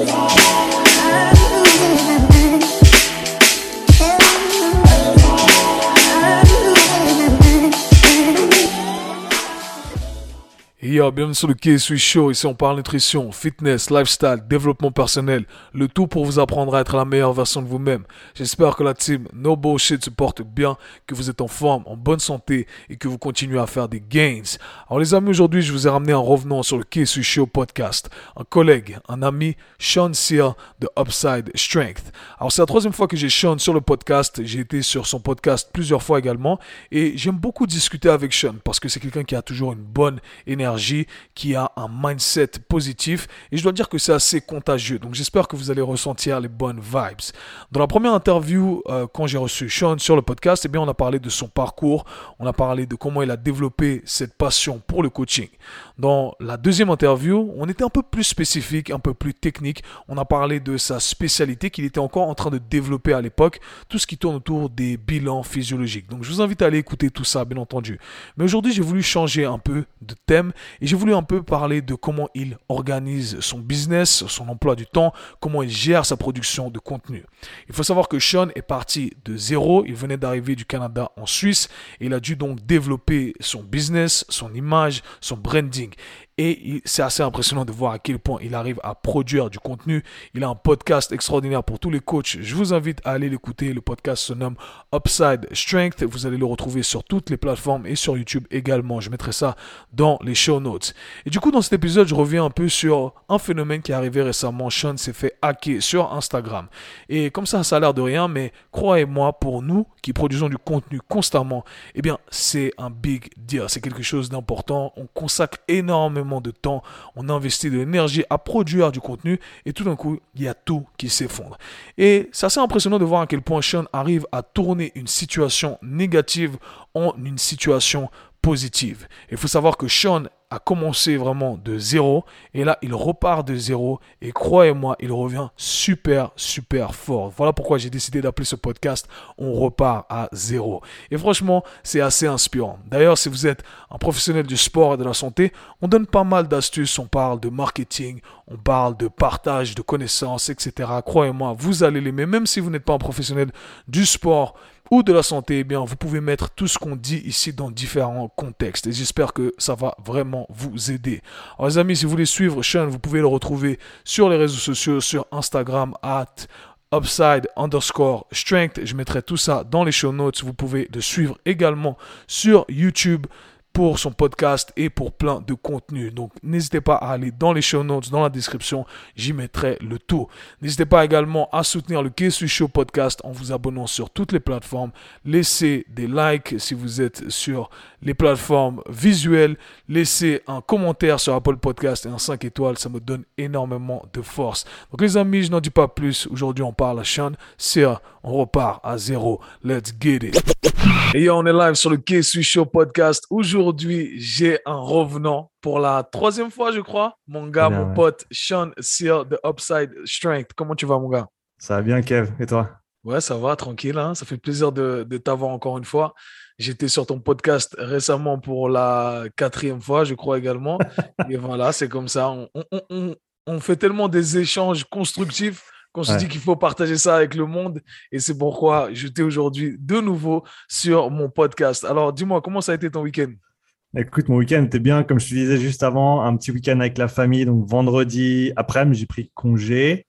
Yo, bienvenue sur le KSU Show. Ici, on parle nutrition, fitness, lifestyle, développement personnel. Le tout pour vous apprendre à être la meilleure version de vous-même. J'espère que la team No Bullshit se porte bien, que vous êtes en forme, en bonne santé et que vous continuez à faire des gains. Alors les amis, aujourd'hui, je vous ai ramené un revenant sur le KSU Show podcast. Un collègue, un ami, Sean Sear de Upside Strength. Alors c'est la troisième fois que j'ai Sean sur le podcast. J'ai été sur son podcast plusieurs fois également. Et j'aime beaucoup discuter avec Sean parce que c'est quelqu'un qui a toujours une bonne énergie, qui a un mindset positif et je dois dire que c'est assez contagieux. Donc j'espère que vous allez ressentir les bonnes vibes. Dans la première interview, quand j'ai reçu Sean sur le podcast, eh bien on a parlé de son parcours, on a parlé de comment il a développé cette passion pour le coaching. Dans la deuxième interview, on était un peu plus spécifique, un peu plus technique. On a parlé de sa spécialité qu'il était encore en train de développer à l'époque, tout ce qui tourne autour des bilans physiologiques. Donc je vous invite à aller écouter tout ça, bien entendu. Mais aujourd'hui, j'ai voulu changer un peu de thème et j'ai voulu un peu parler de comment il organise son business, son emploi du temps, comment il gère sa production de contenu. Il faut savoir que Sean est parti de zéro. Il venait d'arriver du Canada en Suisse et il a dû donc développer son business, son image, son branding. Et c'est assez impressionnant de voir à quel point il arrive à produire du contenu. Il a un podcast extraordinaire pour tous les coachs. Je vous invite à aller l'écouter. Le podcast se nomme Upside Strength. Vous allez le retrouver sur toutes les plateformes et sur YouTube également. Je mettrai ça dans les show notes. Et du coup, dans cet épisode, je reviens un peu sur un phénomène qui est arrivé récemment. Sean s'est fait hacker sur Instagram. Et comme ça a l'air de rien, mais croyez-moi, pour nous qui produisons du contenu constamment, eh bien, c'est un big deal. C'est quelque chose d'important. On consacre énormément de temps, on investit de l'énergie à produire du contenu et tout d'un coup, il y a tout qui s'effondre. Et c'est assez impressionnant de voir à quel point Sean arrive à tourner une situation négative en une situation positive. Il faut savoir que Sean a commencé vraiment de zéro et là il repart de zéro et croyez-moi il revient super fort. Voilà pourquoi j'ai décidé d'appeler ce podcast On repart à zéro. Et franchement c'est assez inspirant. D'ailleurs si vous êtes un professionnel du sport et de la santé, on donne pas mal d'astuces, on parle de marketing, on parle de partage de connaissances, etc. Croyez-moi vous allez l'aimer même si vous n'êtes pas un professionnel du sport ou de la santé, eh bien, vous pouvez mettre tout ce qu'on dit ici dans différents contextes. Et j'espère que ça va vraiment vous aider. Alors les amis, si vous voulez suivre Sean, vous pouvez le retrouver sur les réseaux sociaux, sur Instagram, @upside_strength. Je mettrai tout ça dans les show notes. Vous pouvez le suivre également sur YouTube pour son podcast et pour plein de contenu. Donc, n'hésitez pas à aller dans les show notes, dans la description, j'y mettrai le tout. N'hésitez pas également à soutenir le KSU Show podcast en vous abonnant sur toutes les plateformes. Laissez des likes si vous êtes sur les plateformes visuelles. Laissez un commentaire sur Apple Podcast et un 5 étoiles, ça me donne énormément de force. Donc les amis, je n'en dis pas plus. Aujourd'hui, on parle à Sean Sear. On repart à zéro. Let's get it. Et on est live sur le KSU Show podcast. Aujourd'hui, j'ai un revenant pour la troisième fois, je crois. Mon gars, bien, mon pote, Sean Sear de Upside Strength. Comment tu vas, mon gars? Ça va bien, Kev. Et toi? Ouais, ça va, tranquille. Hein? Ça fait plaisir de t'avoir encore une fois. J'étais sur ton podcast récemment pour la 4e fois, je crois également. Et voilà, c'est comme ça. On fait tellement des échanges constructifs qu'on se dit qu'il faut partager ça avec le monde. Et c'est pourquoi je t'ai aujourd'hui de nouveau sur mon podcast. Alors, dis-moi, comment ça a été ton week-end? Écoute, mon week-end était bien, comme je te disais juste avant, un petit week-end avec la famille. Donc, vendredi après-midi, j'ai pris congé.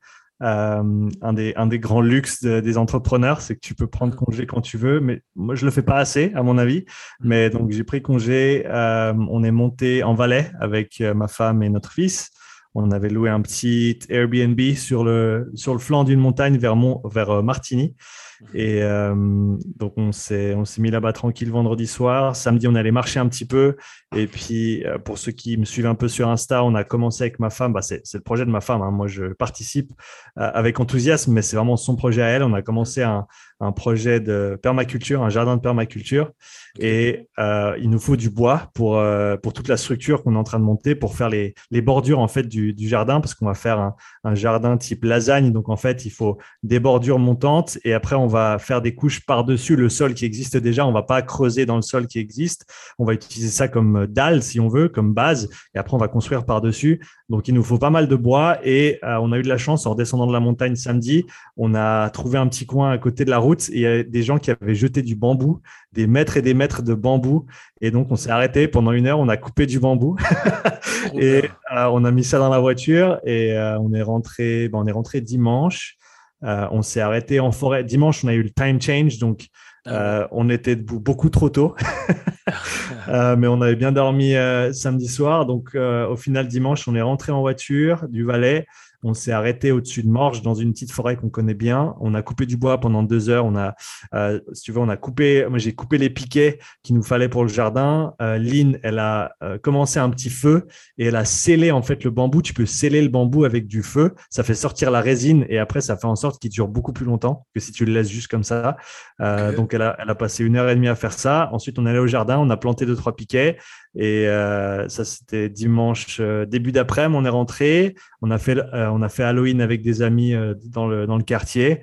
Un des grands luxes des entrepreneurs, c'est que tu peux prendre congé quand tu veux, mais moi, je le fais pas assez, à mon avis. Mais donc, j'ai pris congé. On est monté en Valais avec ma femme et notre fils. On avait loué un petit Airbnb sur le flanc d'une montagne vers Martigny. Et donc, on s'est mis là-bas tranquille vendredi soir. Samedi, on allait marcher un petit peu. Et puis, pour ceux qui me suivent un peu sur Insta, on a commencé avec ma femme. C'est le projet de ma femme. Hein. Moi, je participe avec enthousiasme, mais c'est vraiment son projet à elle. On a commencé un projet de permaculture, un jardin de permaculture. Et il nous faut du bois pour toute la structure qu'on est en train de monter, pour faire les bordures en fait du jardin, parce qu'on va faire un jardin type lasagne. Donc, en fait, il faut des bordures montantes et après, on va faire des couches par-dessus le sol qui existe déjà. On ne va pas creuser dans le sol qui existe. On va utiliser ça comme dalle, si on veut, comme base. Et après, on va construire par-dessus. Donc, il nous faut pas mal de bois. Et on a eu de la chance en descendant de la montagne samedi. On a trouvé un petit coin à côté de la route et il y a des gens qui avaient jeté du bambou, des mètres et des mètres de bambou. Et donc, on s'est arrêté pendant 1 heure. On a coupé du bambou Trop et bien. on a mis ça dans la voiture et on est rentré dimanche. On s'est arrêté en forêt. Dimanche, on a eu le time change. Donc, Ah ouais. on était debout beaucoup trop tôt. Mais on avait bien dormi samedi soir. Donc, au final, dimanche, on est rentré en voiture du Valais. On s'est arrêté au-dessus de Morges dans une petite forêt qu'on connaît bien. On a coupé du bois pendant 2 heures. Si tu veux, moi, j'ai coupé les piquets qu'il nous fallait pour le jardin. Lynn, elle a commencé un petit feu et elle a scellé en fait le bambou. Tu peux sceller le bambou avec du feu. Ça fait sortir la résine et après, ça fait en sorte qu'il dure beaucoup plus longtemps que si tu le laisses juste comme ça. Ok. Donc, elle a passé 1 heure et demie à faire ça. Ensuite, on est allé au jardin. On a planté 2, 3 piquets et ça, c'était dimanche début d'après-midi. On est rentré. On a fait Halloween avec des amis dans le quartier.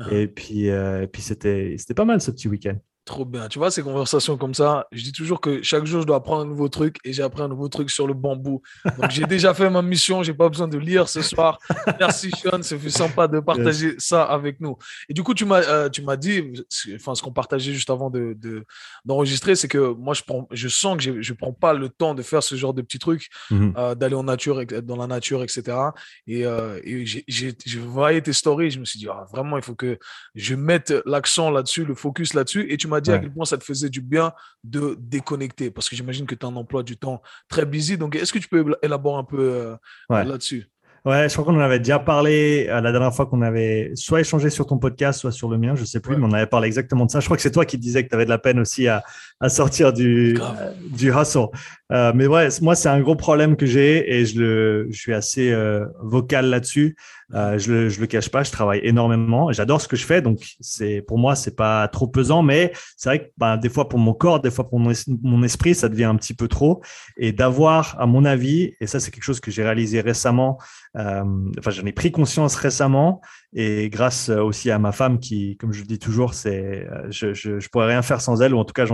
Et puis c'était pas mal ce petit week-end. Trop bien. Tu vois, ces conversations comme ça, je dis toujours que chaque jour, je dois apprendre un nouveau truc et j'ai appris un nouveau truc sur le bambou. Donc, j'ai déjà fait ma mission. J'ai pas besoin de lire ce soir. Merci, Sean. Ça fait sympa de Yes. partager ça avec nous. Et du coup, tu m'as dit, enfin, ce qu'on partageait juste avant d'enregistrer, c'est que moi, je sens que je prends pas le temps de faire ce genre de petits trucs, Mhm. d'aller en nature, dans la nature, etc. Et je voyais tes stories. Je me suis dit, ah, vraiment, il faut que je mette l'accent là-dessus, le focus là-dessus. Et tu m'as dit à Ouais. quel point ça te faisait du bien de déconnecter, parce que j'imagine que tu as un emploi du temps très busy. Donc, est-ce que tu peux élaborer un peu Ouais. là-dessus? Ouais, je crois qu'on en avait déjà parlé la dernière fois qu'on avait soit échangé sur ton podcast, soit sur le mien, je sais plus, Ouais, mais on avait parlé exactement de ça. Je crois que c'est toi qui disais que tu avais de la peine aussi à sortir grave. du hustle. Mais ouais, moi, c'est un gros problème que j'ai et je suis assez vocal là-dessus. Mhm. Je le cache pas, je travaille énormément. J'adore ce que je fais, donc pour moi, c'est pas trop pesant, mais c'est vrai que des fois pour mon corps, des fois pour mon esprit, ça devient un petit peu trop. Et d'avoir, à mon avis, et ça, c'est quelque chose que j'ai réalisé récemment, j'en ai pris conscience récemment et grâce aussi à ma femme qui, comme je le dis toujours, je pourrais rien faire sans elle ou en tout cas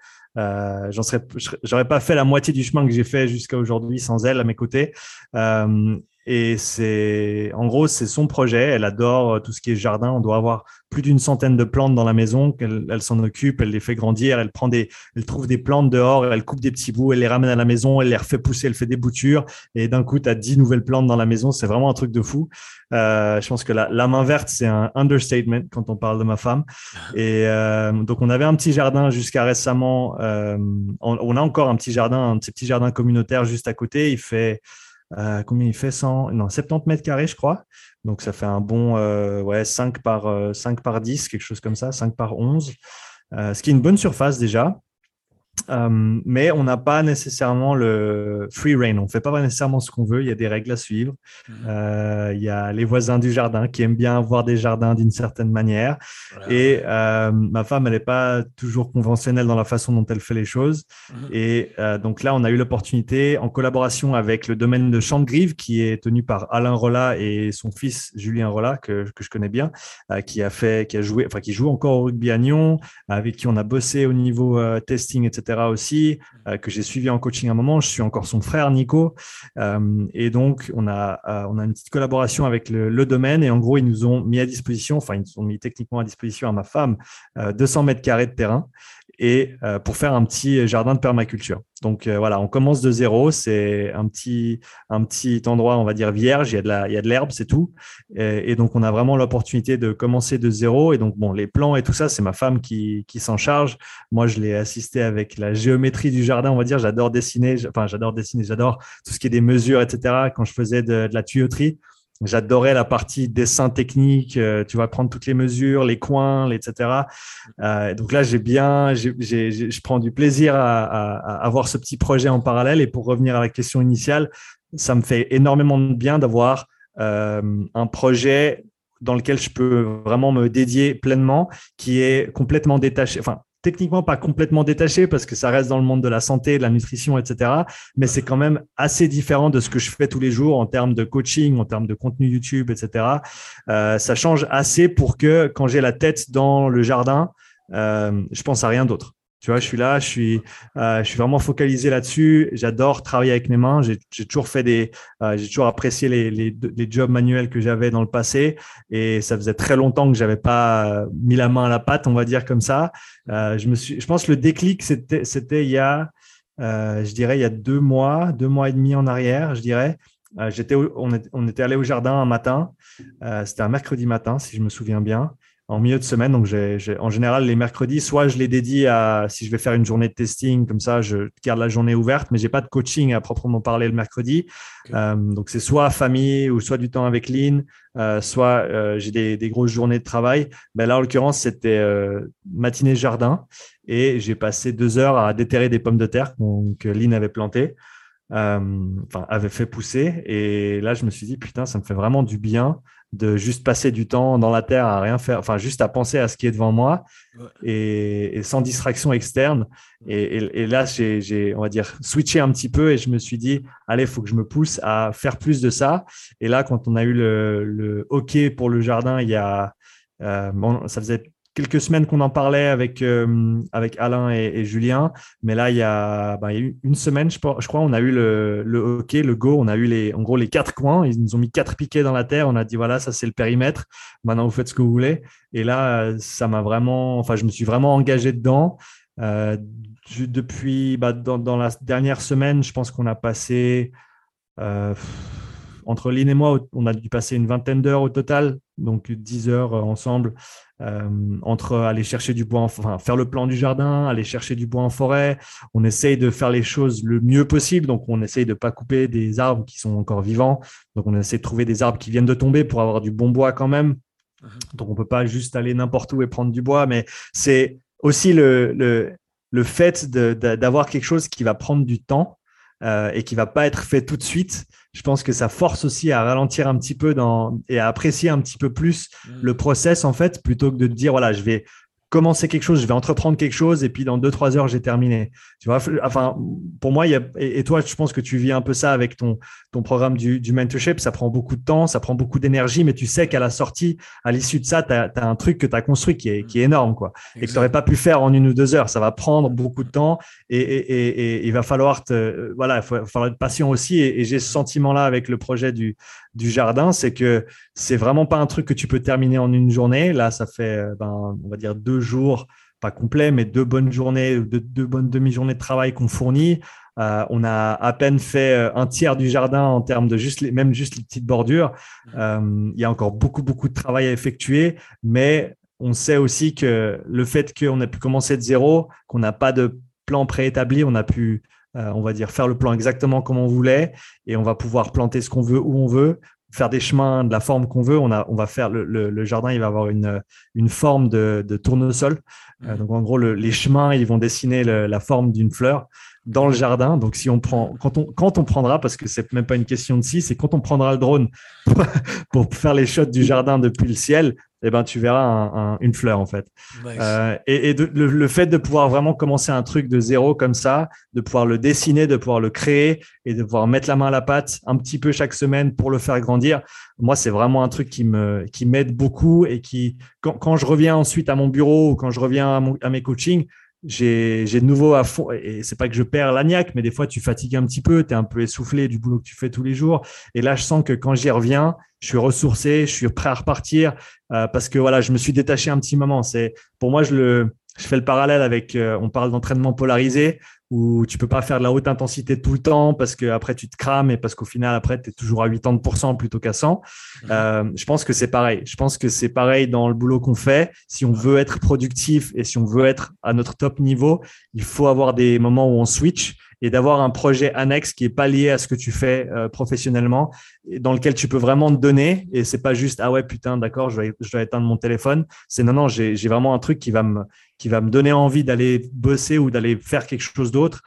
j'aurais pas fait la moitié du chemin que j'ai fait jusqu'à aujourd'hui sans elle à mes côtés. Euh, et en gros, c'est son projet. Elle adore tout ce qui est jardin. On doit avoir plus d'100aine de plantes dans la maison. Elle s'en occupe, elle les fait grandir. Elle trouve des plantes dehors, elle coupe des petits bouts, elle les ramène à la maison, elle les refait pousser, elle fait des boutures. Et d'un coup, tu as 10 nouvelles plantes dans la maison. C'est vraiment un truc de fou. Je pense que la main verte, c'est un understatement quand on parle de ma femme. Et donc, on avait un petit jardin jusqu'à récemment. On a encore un petit jardin, un de ces petits jardins communautaires juste à côté. Il fait combien il fait 100, non, 70 mètres carrés, je crois. Donc, ça fait un bon 5 par 10, quelque chose comme ça, 5 par 11. Ce qui est une bonne surface déjà. Mais on n'a pas nécessairement le free reign. On ne fait pas nécessairement ce qu'on veut. Il y a des règles à suivre. Mhm. Il y a les voisins du jardin qui aiment bien avoir des jardins d'une certaine manière. Ouais, Et ouais. ma femme, elle n'est pas toujours conventionnelle dans la façon dont elle fait les choses. Mhm. Et donc là, on a eu l'opportunité, en collaboration avec le domaine de Chantgrive, qui est tenu par Alain Rollat et son fils Julien Rollat, que je connais bien, qui joue encore au rugby à Nyon, avec qui on a bossé au niveau testing, etc. aussi, que j'ai suivi en coaching à un moment. Je suis encore son frère, Nico. Et donc, on a une petite collaboration avec le domaine. Et en gros, ils nous ont mis à disposition, enfin, ils nous ont mis techniquement à disposition à ma femme 200 mètres carrés de terrain et pour faire un petit jardin de permaculture. Donc voilà, on commence de zéro. C'est un petit endroit, on va dire vierge. Il y a de l'herbe, c'est tout. Et donc on a vraiment l'opportunité de commencer de zéro. Et donc bon, les plans et tout ça, c'est ma femme qui s'en charge. Moi, je l'ai assisté avec la géométrie du jardin, on va dire. J'adore dessiner. Enfin, j'adore dessiner. J'adore tout ce qui est des mesures, etc. Quand je faisais de la tuyauterie. J'adorais la partie dessin technique, tu vas prendre toutes les mesures, les coins, etc. Donc là, je prends du plaisir à avoir ce petit projet en parallèle. Et pour revenir à la question initiale, ça me fait énormément de bien d'avoir un projet dans lequel je peux vraiment me dédier pleinement, qui est complètement détaché. Enfin, techniquement pas complètement détaché parce que ça reste dans le monde de la santé, de la nutrition, etc. Mais c'est quand même assez différent de ce que je fais tous les jours en termes de coaching, en termes de contenu YouTube, etc. Ça change assez pour que quand j'ai la tête dans le jardin, je pense à rien d'autre. Tu vois, je suis là, je suis vraiment focalisé là-dessus. J'adore travailler avec mes mains. J'ai toujours j'ai toujours apprécié les jobs manuels que j'avais dans le passé. Et ça faisait très longtemps que j'avais pas mis la main à la pâte, on va dire comme ça. Je pense que le déclic, c'était je dirais, il y a 2 mois et demi en arrière, je dirais. On était allé au jardin un matin. C'était un mercredi matin, si je me souviens bien, en milieu de semaine. Donc, en général, les mercredis, soit je les dédie à, si je vais faire une journée de testing, comme ça, je garde la journée ouverte, mais j'ai pas de coaching à proprement parler le mercredi. Okay. Donc, c'est soit famille ou soit du temps avec Lynn, soit j'ai des grosses journées de travail. Ben là, en l'occurrence, c'était matinée jardin et j'ai passé 2 heures à déterrer des pommes de terre que Lynn avait plantées. Avait fait pousser. Et là, je me suis dit, putain, ça me fait vraiment du bien de juste passer du temps dans la terre à rien faire, enfin, juste à penser à ce qui est devant moi et sans distraction externe. Et là, j'ai, on va dire, switché un petit peu et je me suis dit, allez, il faut que je me pousse à faire plus de ça. Et là, quand on a eu le OK pour le jardin, ça faisait quelques semaines qu'on en parlait avec Alain et Julien, mais là, il y a eu une semaine, je crois, on a eu le OK, le go, on a eu en gros les 4 coins, ils nous ont mis 4 piquets dans la terre, on a dit voilà, ça c'est le périmètre, maintenant vous faites ce que vous voulez. Et là, ça m'a vraiment, je me suis vraiment engagé dedans. Depuis, dans la dernière semaine, je pense qu'on a passé entre Lynn et moi, on a dû passer une vingtaine d'heures au total, donc 10 heures ensemble, entre aller chercher du bois, faire le plan du jardin, aller chercher du bois en forêt. On essaye de faire les choses le mieux possible, donc on essaye de ne pas couper des arbres qui sont encore vivants. Donc on essaie de trouver des arbres qui viennent de tomber pour avoir du bon bois quand même. Donc on ne peut pas juste aller n'importe où et prendre du bois, mais c'est aussi le fait d'avoir quelque chose qui va prendre du temps et qui va pas être fait tout de suite. Je pense que ça force aussi à ralentir un petit peu et à apprécier un petit peu plus le process en fait, plutôt que de te dire voilà, je vais commencer quelque chose, je vais entreprendre quelque chose et puis dans 2-3 heures j'ai terminé. Tu vois, enfin pour moi et toi, je pense que tu vis un peu ça avec ton programme du mentorship. Ça prend beaucoup de temps, ça prend beaucoup d'énergie, mais tu sais qu'à la sortie, à l'issue de ça, tu as un truc que tu as construit qui est énorme quoi. Exactement. Et que tu n'aurais pas pu faire en 1 ou 2 heures. Ça va prendre beaucoup de temps et il va falloir il va falloir être patient aussi. Et j'ai ce sentiment-là avec le projet du jardin, c'est que c'est vraiment pas un truc que tu peux terminer en une journée. Là, ça fait, on va dire 2 jours, pas complets, mais 2 bonnes journées, 2 bonnes demi-journées de travail qu'on fournit. On a à peine fait un tiers du jardin en termes de juste les petites bordures. Il y a encore beaucoup, beaucoup de travail à effectuer, mais on sait aussi que le fait qu'on a pu commencer de zéro, qu'on n'a pas de plan préétabli, on a pu on va dire faire le plan exactement comme on voulait et on va pouvoir planter ce qu'on veut où on veut, faire des chemins de la forme qu'on veut. On va faire le jardin, il va avoir une forme de tournesol. Donc en gros, les chemins, ils vont dessiner la forme d'une fleur dans le jardin. Donc si on prend, quand on prendra, parce que c'est même pas une question de si, c'est quand on prendra le drone pour faire les shots du jardin depuis le ciel, eh ben, tu verras une fleur en fait. Nice. Le fait de pouvoir vraiment commencer un truc de zéro comme ça, de pouvoir le dessiner, de pouvoir le créer et de pouvoir mettre la main à la pâte un petit peu chaque semaine pour le faire grandir, moi, c'est vraiment un truc qui m'aide beaucoup et quand je reviens ensuite à mon bureau ou quand je reviens à mes coachings, j'ai de nouveau à fond, et c'est pas que je perds la niaque, mais des fois tu fatigues un petit peu, tu es un peu essoufflé du boulot que tu fais tous les jours. Et là, je sens que quand j'y reviens, je suis ressourcé, je suis prêt à repartir parce que voilà, je me suis détaché un petit moment. Pour moi, je fais le parallèle avec, on parle d'entraînement polarisé où tu peux pas faire de la haute intensité tout le temps parce que après tu te crames et parce qu'au final après tu es toujours à 80% plutôt qu'à 100. Je pense que c'est pareil. Je pense que c'est pareil dans le boulot qu'on fait. Si on veut être productif et si on veut être à notre top niveau, il faut avoir des moments où on switch et d'avoir un projet annexe qui est pas lié à ce que tu fais professionnellement et dans lequel tu peux vraiment te donner et c'est pas juste ah ouais putain d'accord je dois éteindre mon téléphone. C'est non j'ai vraiment un truc qui va me donner envie d'aller bosser ou d'aller faire quelque chose d'autre.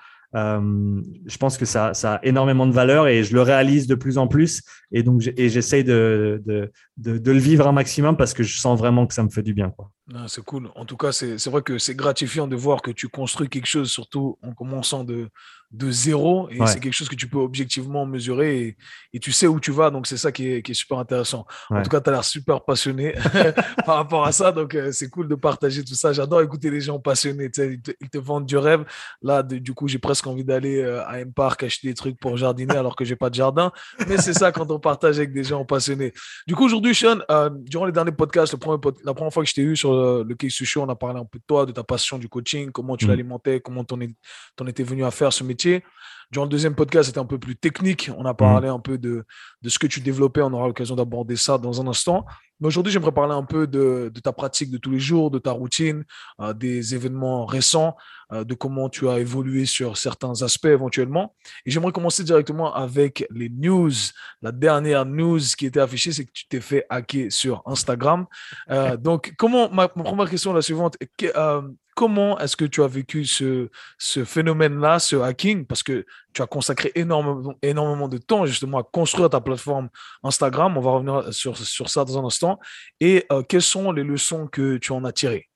Je pense que ça a énormément de valeur et je le réalise de plus en plus et donc j'essaye de le vivre un maximum parce que je sens vraiment que ça me fait du bien quoi. Non, c'est cool. En tout cas, c'est vrai que c'est gratifiant de voir que tu construis quelque chose, surtout en commençant de zéro, et c'est Ouais, quelque chose que tu peux objectivement mesurer et tu sais où tu vas, donc c'est ça qui est super intéressant. En tout ouais. cas, tu as l'air super passionné par rapport à ça, donc c'est cool de partager tout ça. J'adore écouter les gens passionnés, tu sais, ils te vendent du rêve. Là, du coup, j'ai presque envie d'aller à M-Park acheter des trucs pour jardiner alors que j'ai pas de jardin, mais c'est ça quand on partage avec des gens passionnés. Du coup, aujourd'hui, Sean, durant les derniers podcasts, la première fois que je t'ai eu sur le Case Show, on a parlé un peu de toi, de ta passion du coaching, comment tu Mm. l'alimentais, comment t'en étais venu à faire ce métier. Durant le deuxième podcast, c'était un peu plus technique. On a Mhm. parlé un peu de ce que tu développais. On aura l'occasion d'aborder ça dans un instant. Mais aujourd'hui, j'aimerais parler un peu de ta pratique de tous les jours, de ta routine, des événements récents, de comment tu as évolué sur certains aspects éventuellement. Et j'aimerais commencer directement avec les news. La dernière news qui était affichée, c'est que tu t'es fait hacker sur Instagram. Donc, ma première question est la suivante. Comment est-ce que tu as vécu ce phénomène-là, ce hacking? Parce que tu as consacré énormément de temps justement à construire ta plateforme Instagram. On va revenir sur ça dans un instant. Et quelles sont les leçons que tu en as tirées?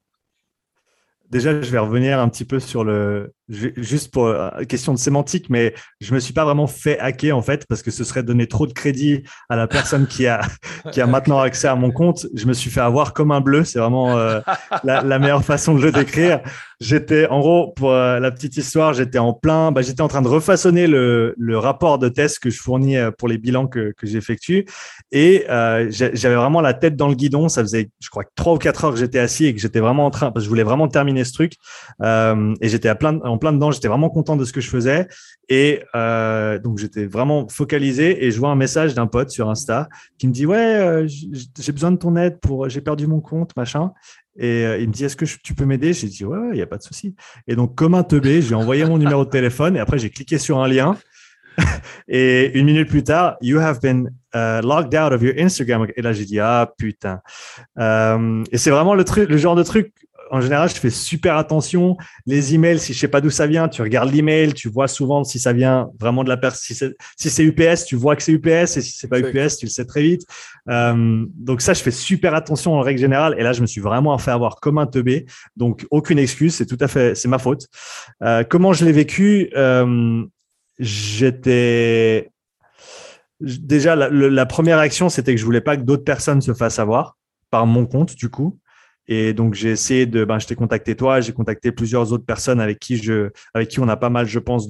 Déjà, je vais revenir un petit peu sur juste pour question de sémantique, mais je me suis pas vraiment fait hacker en fait parce que ce serait donner trop de crédit à la personne qui a maintenant Ok. accès à mon compte. Je me suis fait avoir comme un bleu. C'est vraiment la meilleure façon de le décrire. J'étais, en gros, pour la petite histoire, j'étais en train de refaçonner le rapport de test que je fournis pour les bilans que j'effectue. Et j'avais vraiment la tête dans le guidon. Ça faisait, je crois, 3 ou 4 heures que j'étais assis et que j'étais vraiment en train, parce que je voulais vraiment terminer ce truc. Et j'étais en plein dedans. J'étais vraiment content de ce que je faisais. Et donc, j'étais vraiment focalisé. Et je vois un message d'un pote sur Insta qui me dit, ouais, j'ai besoin de ton aide j'ai perdu mon compte, machin. Et il me dit, est-ce que tu peux m'aider? J'ai dit, ouais, il n'y a pas de souci. Et donc, comme un teubé, j'ai envoyé mon numéro de téléphone et après, j'ai cliqué sur un lien. Et 1 minute plus tard, you have been logged out of your Instagram. Et là, j'ai dit, ah putain. Et c'est vraiment le genre de truc. En général, je fais super attention. Les emails, si je sais pas d'où ça vient, tu regardes l'email, tu vois souvent si ça vient vraiment de la personne. Si c'est UPS, tu vois que c'est UPS, et si c'est pas Exact. UPS, tu le sais très vite. Donc ça, je fais super attention en règle générale. Et là, je me suis vraiment fait avoir comme un teubé. Donc aucune excuse, c'est ma faute. Comment je l'ai vécu J'étais déjà la première action, c'était que je voulais pas que d'autres personnes se fassent avoir par mon compte du coup. Et donc j'ai essayé je t'ai contacté toi, j'ai contacté plusieurs autres personnes avec qui on a pas mal, je pense,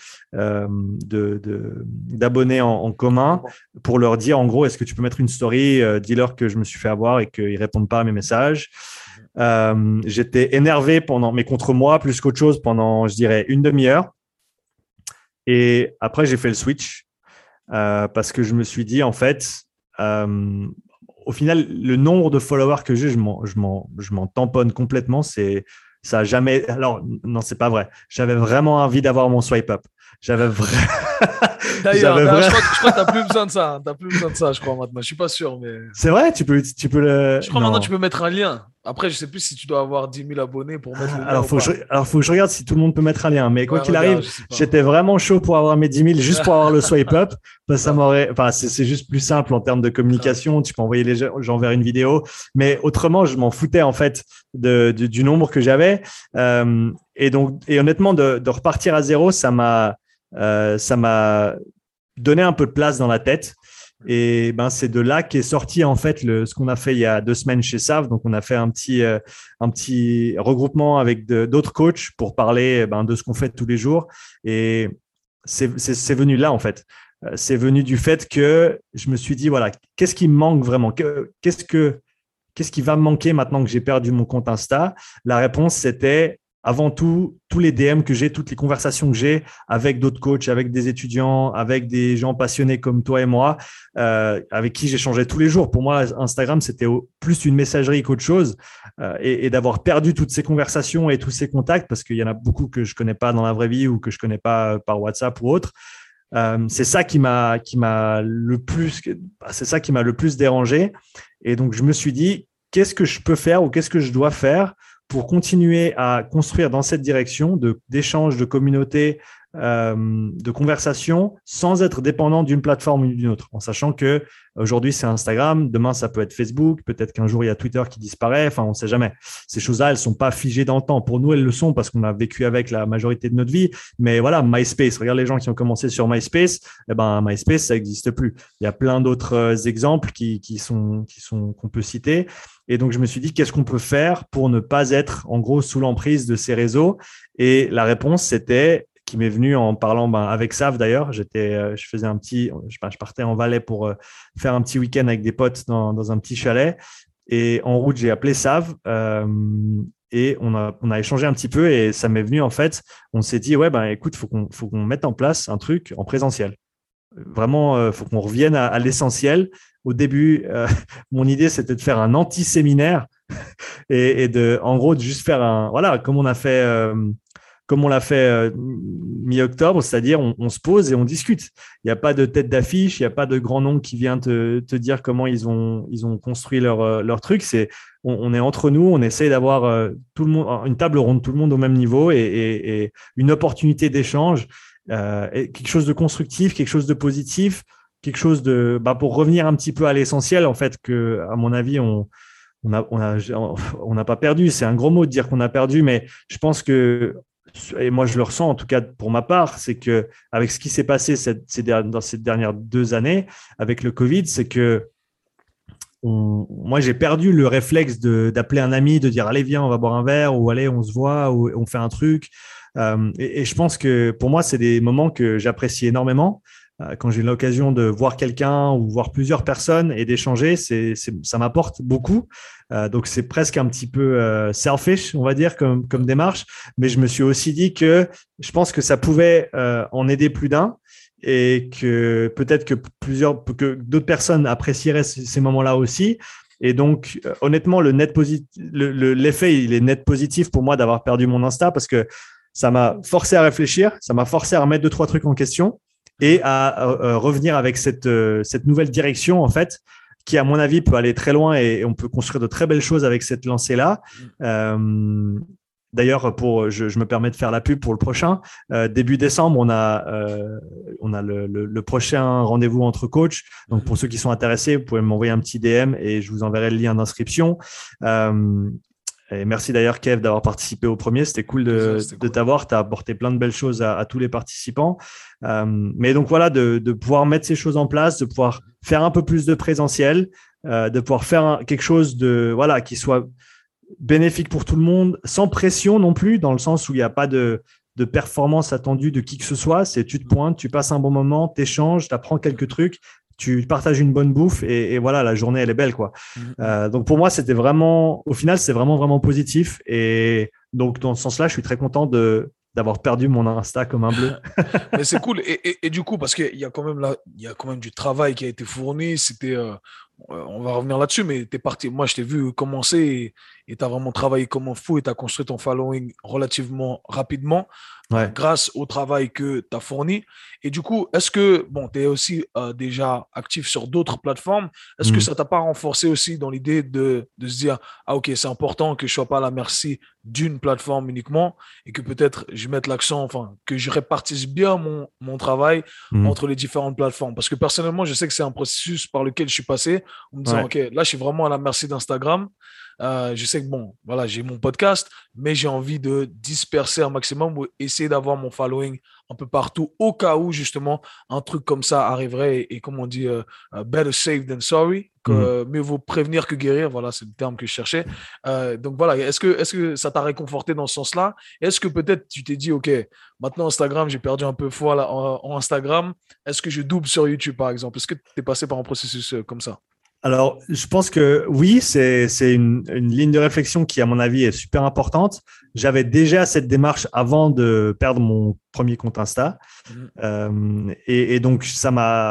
d'abonnés en commun pour leur dire en gros, est-ce que tu peux mettre une story, dis-leur que je me suis fait avoir et qu'ils répondent pas à mes messages. J'étais énervé mais contre moi plus qu'autre chose pendant, je dirais, une demi-heure. Et après, j'ai fait le switch parce que je me suis dit, en fait, euh, au final, le nombre de followers que j'ai, je m'en tamponne complètement. Ça a jamais. Alors, non, c'est pas vrai. J'avais vraiment envie d'avoir mon swipe up. J'avais vrai. J'avais D'ailleurs, vrai. je crois que tu n'as plus besoin de ça. Tu n'as plus besoin de ça, je crois, maintenant. Je suis pas sûr, mais C'est vrai, tu peux je le. crois maintenant tu Non. peux mettre un lien. Après, je sais plus si tu dois avoir 10 000 abonnés pour mettre le lien ou pas. Alors, faut que je regarde si tout le monde peut mettre un lien. Mais quoi Ouais, qu'il regarde, arrive, je sais pas. j'étais vraiment chaud pour avoir mes 10 000 juste pour avoir le swipe up. Parce que ça Ça, m'aurait, enfin, c'est juste plus simple en termes de grave. communication. Tu peux envoyer les gens vers une vidéo. Mais autrement, je m'en foutais, en fait, du nombre que j'avais. Et honnêtement, de repartir à zéro, ça m'a donné un peu de place dans la tête. Et ben, c'est de là qu'est sorti en fait ce qu'on a fait il y a 2 semaines chez Sav. Donc, on a fait un petit regroupement avec d'autres coachs pour parler de ce qu'on fait tous les jours. Et c'est venu là en fait. C'est venu du fait que je me suis dit voilà, qu'est-ce qui me manque vraiment? Qu'est-ce qui va me manquer maintenant que j'ai perdu mon compte Insta? La réponse, c'était avant tout, tous les DM que j'ai, toutes les conversations que j'ai avec d'autres coachs, avec des étudiants, avec des gens passionnés comme toi et moi, avec qui j'échangeais tous les jours. Pour moi, Instagram, c'était plus une messagerie qu'autre chose. Et d'avoir perdu toutes ces conversations et tous ces contacts, parce qu'il y en a beaucoup que je ne connais pas dans la vraie vie ou que je ne connais pas par WhatsApp ou autre, c'est ça c'est ça qui m'a le plus dérangé. Et donc, je me suis dit, qu'est-ce que je peux faire ou qu'est-ce que je dois faire pour continuer à construire dans cette direction d'échange, de communauté, de conversation sans être dépendant d'une plateforme ou d'une autre, en sachant que aujourd'hui c'est Instagram, demain ça peut être Facebook, peut-être qu'un jour il y a Twitter qui disparaît, enfin on ne sait jamais. Ces choses-là, elles ne sont pas figées dans le temps. Pour nous, elles le sont parce qu'on a vécu avec la majorité de notre vie. Mais voilà, MySpace, regarde les gens qui ont commencé sur MySpace, eh ben, MySpace, ça n'existe plus. Il y a plein d'autres exemples qu'on peut citer. Et donc, je me suis dit, qu'est-ce qu'on peut faire pour ne pas être, en gros, sous l'emprise de ces réseaux? Et la réponse, c'était, qui m'est venue en parlant avec Sav d'ailleurs. Je partais en Valais pour faire un petit week-end avec des potes dans un petit chalet. Et en route, j'ai appelé Sav et on a échangé un petit peu et ça m'est venu en fait. On s'est dit, ouais, ben écoute, faut qu'on mette en place un truc en présentiel. Vraiment, faut qu'on revienne à l'essentiel. Au début, mon idée, c'était de faire un anti-séminaire et en gros, de juste faire voilà, comme on l'a fait mi-octobre, c'est-à-dire on se pose et on discute. Il n'y a pas de tête d'affiche, il n'y a pas de grand nom qui vient te dire comment ils ont construit leur truc. On est entre nous, on essaie d'avoir tout le monde, une table ronde, tout le monde au même niveau et une opportunité d'échange, et quelque chose de constructif, quelque chose de positif, quelque chose pour revenir un petit peu à l'essentiel, en fait, que, à mon avis, on n'a pas perdu. C'est un gros mot de dire qu'on a perdu, mais je pense que, et moi je le ressens en tout cas pour ma part, c'est que avec ce qui s'est passé dans ces dernières 2 années avec le Covid, c'est que moi j'ai perdu le réflexe d'appeler un ami, de dire allez viens on va boire un verre ou allez on se voit ou on fait un truc. Et je pense que pour moi c'est des moments que j'apprécie énormément. Quand j'ai l'occasion de voir quelqu'un ou voir plusieurs personnes et d'échanger, ça m'apporte beaucoup. Donc, c'est presque un petit peu selfish, on va dire, comme démarche. Mais je me suis aussi dit que je pense que ça pouvait en aider plus d'un et que peut-être que d'autres personnes apprécieraient ces moments-là aussi. Et donc, honnêtement, l'effet, il est net positif pour moi d'avoir perdu mon Insta parce que ça m'a forcé à réfléchir, ça m'a forcé à remettre 2-3 trucs en question et à revenir avec cette nouvelle direction, en fait, qui, à mon avis, peut aller très loin et on peut construire de très belles choses avec cette lancée-là. D'ailleurs, je me permets de faire la pub pour le prochain. Début décembre, on a le prochain rendez-vous entre coachs. Donc, pour ceux qui sont intéressés, vous pouvez m'envoyer un petit DM et je vous enverrai le lien d'inscription. Et merci d'ailleurs, Kev, d'avoir participé au premier. C'était cool de t'avoir. Tu as apporté plein de belles choses à tous les participants. Mais donc voilà, de pouvoir mettre ces choses en place, de pouvoir faire un peu plus de présentiel, de pouvoir faire quelque chose qui soit bénéfique pour tout le monde, sans pression non plus, dans le sens où il n'y a pas de performance attendue de qui que ce soit. C'est tu te pointes, tu passes un bon moment, tu échanges, tu apprends quelques trucs, tu partages une bonne bouffe et voilà, la journée, elle est belle, quoi. Donc, pour moi, au final, c'est vraiment, vraiment positif. Et donc, dans ce sens-là, je suis très content d'avoir perdu mon Insta comme un bleu. Mais c'est cool. Et du coup, parce qu'il y a quand même du travail qui a été fourni. On va revenir là-dessus, mais t'es parti. Moi, je t'ai vu commencer et t'as vraiment travaillé comme un fou et t'as construit ton following relativement rapidement. Ouais. Grâce au travail que tu as fourni. Et du coup, est-ce que, tu es aussi déjà actif sur d'autres plateformes, est-ce que ça t'a pas renforcé aussi dans l'idée de se dire, ah ok, c'est important que je sois pas à la merci d'une plateforme uniquement et que peut-être je mette l'accent, que je répartisse bien mon travail entre les différentes plateformes. Parce que personnellement, je sais que c'est un processus par lequel je suis passé en me disant, ok, là, je suis vraiment à la merci d'Instagram. Je sais que voilà, j'ai mon podcast, mais j'ai envie de disperser un maximum ou essayer d'avoir mon following un peu partout au cas où justement un truc comme ça arriverait et comme on dit, better safe than sorry, mieux vaut prévenir que guérir. Voilà, c'est le terme que je cherchais. Donc voilà, est-ce que ça t'a réconforté dans ce sens-là? Est-ce que peut-être tu t'es dit, ok, maintenant Instagram, j'ai perdu un peu foi en Instagram. Est-ce que je double sur YouTube par exemple? Est-ce que tu es passé par un processus comme ça? Alors, je pense que oui, c'est une ligne de réflexion qui, à mon avis, est super importante. J'avais déjà cette démarche avant de perdre mon premier compte Insta. Et donc, ça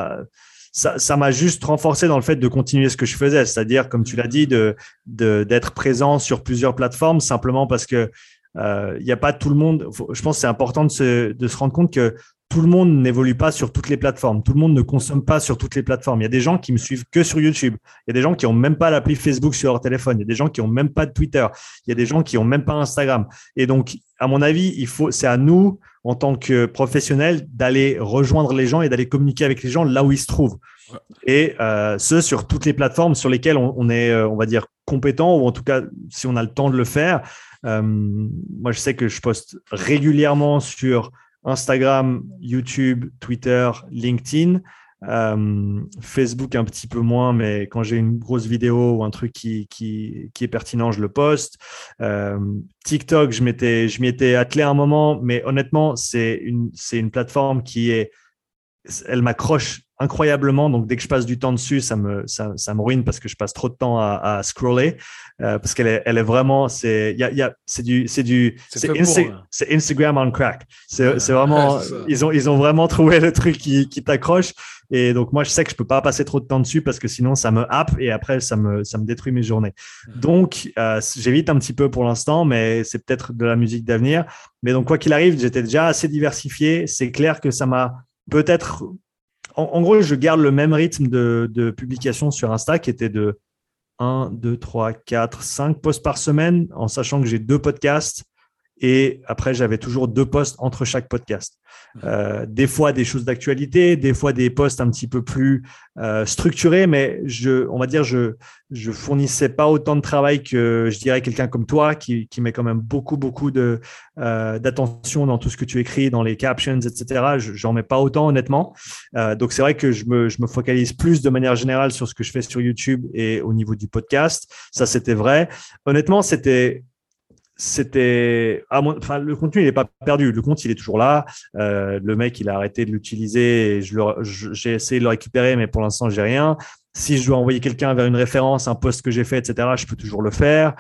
m'a juste renforcé dans le fait de continuer ce que je faisais. C'est-à-dire, comme tu l'as dit, d'être présent sur plusieurs plateformes simplement parce que il n'y a pas tout le monde. Je pense que c'est important de se rendre compte que tout le monde n'évolue pas sur toutes les plateformes. Tout le monde ne consomme pas sur toutes les plateformes. Il y a des gens qui me suivent que sur YouTube. Il y a des gens qui n'ont même pas l'appli Facebook sur leur téléphone. Il y a des gens qui n'ont même pas de Twitter. Il y a des gens qui n'ont même pas Instagram. Et donc, à mon avis, c'est à nous en tant que professionnel d'aller rejoindre les gens et d'aller communiquer avec les gens là où ils se trouvent. Ouais. Et ce, sur toutes les plateformes sur lesquelles on est, on va dire, compétent, ou en tout cas, si on a le temps de le faire. Moi, je sais que je poste régulièrement sur Instagram, YouTube, Twitter, LinkedIn. Facebook un petit peu moins, mais quand j'ai une grosse vidéo ou un truc qui est pertinent, je le poste. TikTok, je m'y étais attelé un moment, mais honnêtement, c'est une plateforme elle m'accroche incroyablement. Donc, dès que je passe du temps dessus, ça me ruine parce que je passe trop de temps à scroller. Parce elle est vraiment, c'est Instagram on crack. C'est vraiment, c'est ils ont vraiment trouvé le truc qui t'accroche. Et donc, moi, je sais que je peux pas passer trop de temps dessus parce que sinon, ça me happe et après, ça me détruit mes journées. Donc, j'évite un petit peu pour l'instant, mais c'est peut-être de la musique d'avenir. Mais donc, quoi qu'il arrive, j'étais déjà assez diversifié. C'est clair que ça m'a peut-être, en gros, je garde le même rythme de publication sur Insta qui était de 1, 2, 3, 4, 5 posts par semaine, en sachant que j'ai 2 podcasts. Et après, j'avais toujours 2 posts entre chaque podcast. Des fois, des choses d'actualité, des fois, des posts un petit peu plus structurés, mais on va dire, je fournissais pas autant de travail que, je dirais, quelqu'un comme toi qui met quand même beaucoup d'attention dans tout ce que tu écris, dans les captions, etc. J'en mets pas autant, honnêtement. Donc, c'est vrai que je me focalise plus de manière générale sur ce que je fais sur YouTube et au niveau du podcast. Ça, c'était vrai. Honnêtement, le contenu il n'est pas perdu, le compte il est toujours là, le mec il a arrêté de l'utiliser et j'ai essayé de le récupérer mais pour l'instant j'ai rien. Si je dois envoyer quelqu'un vers une référence, un post que j'ai fait, etc., je peux toujours le faire.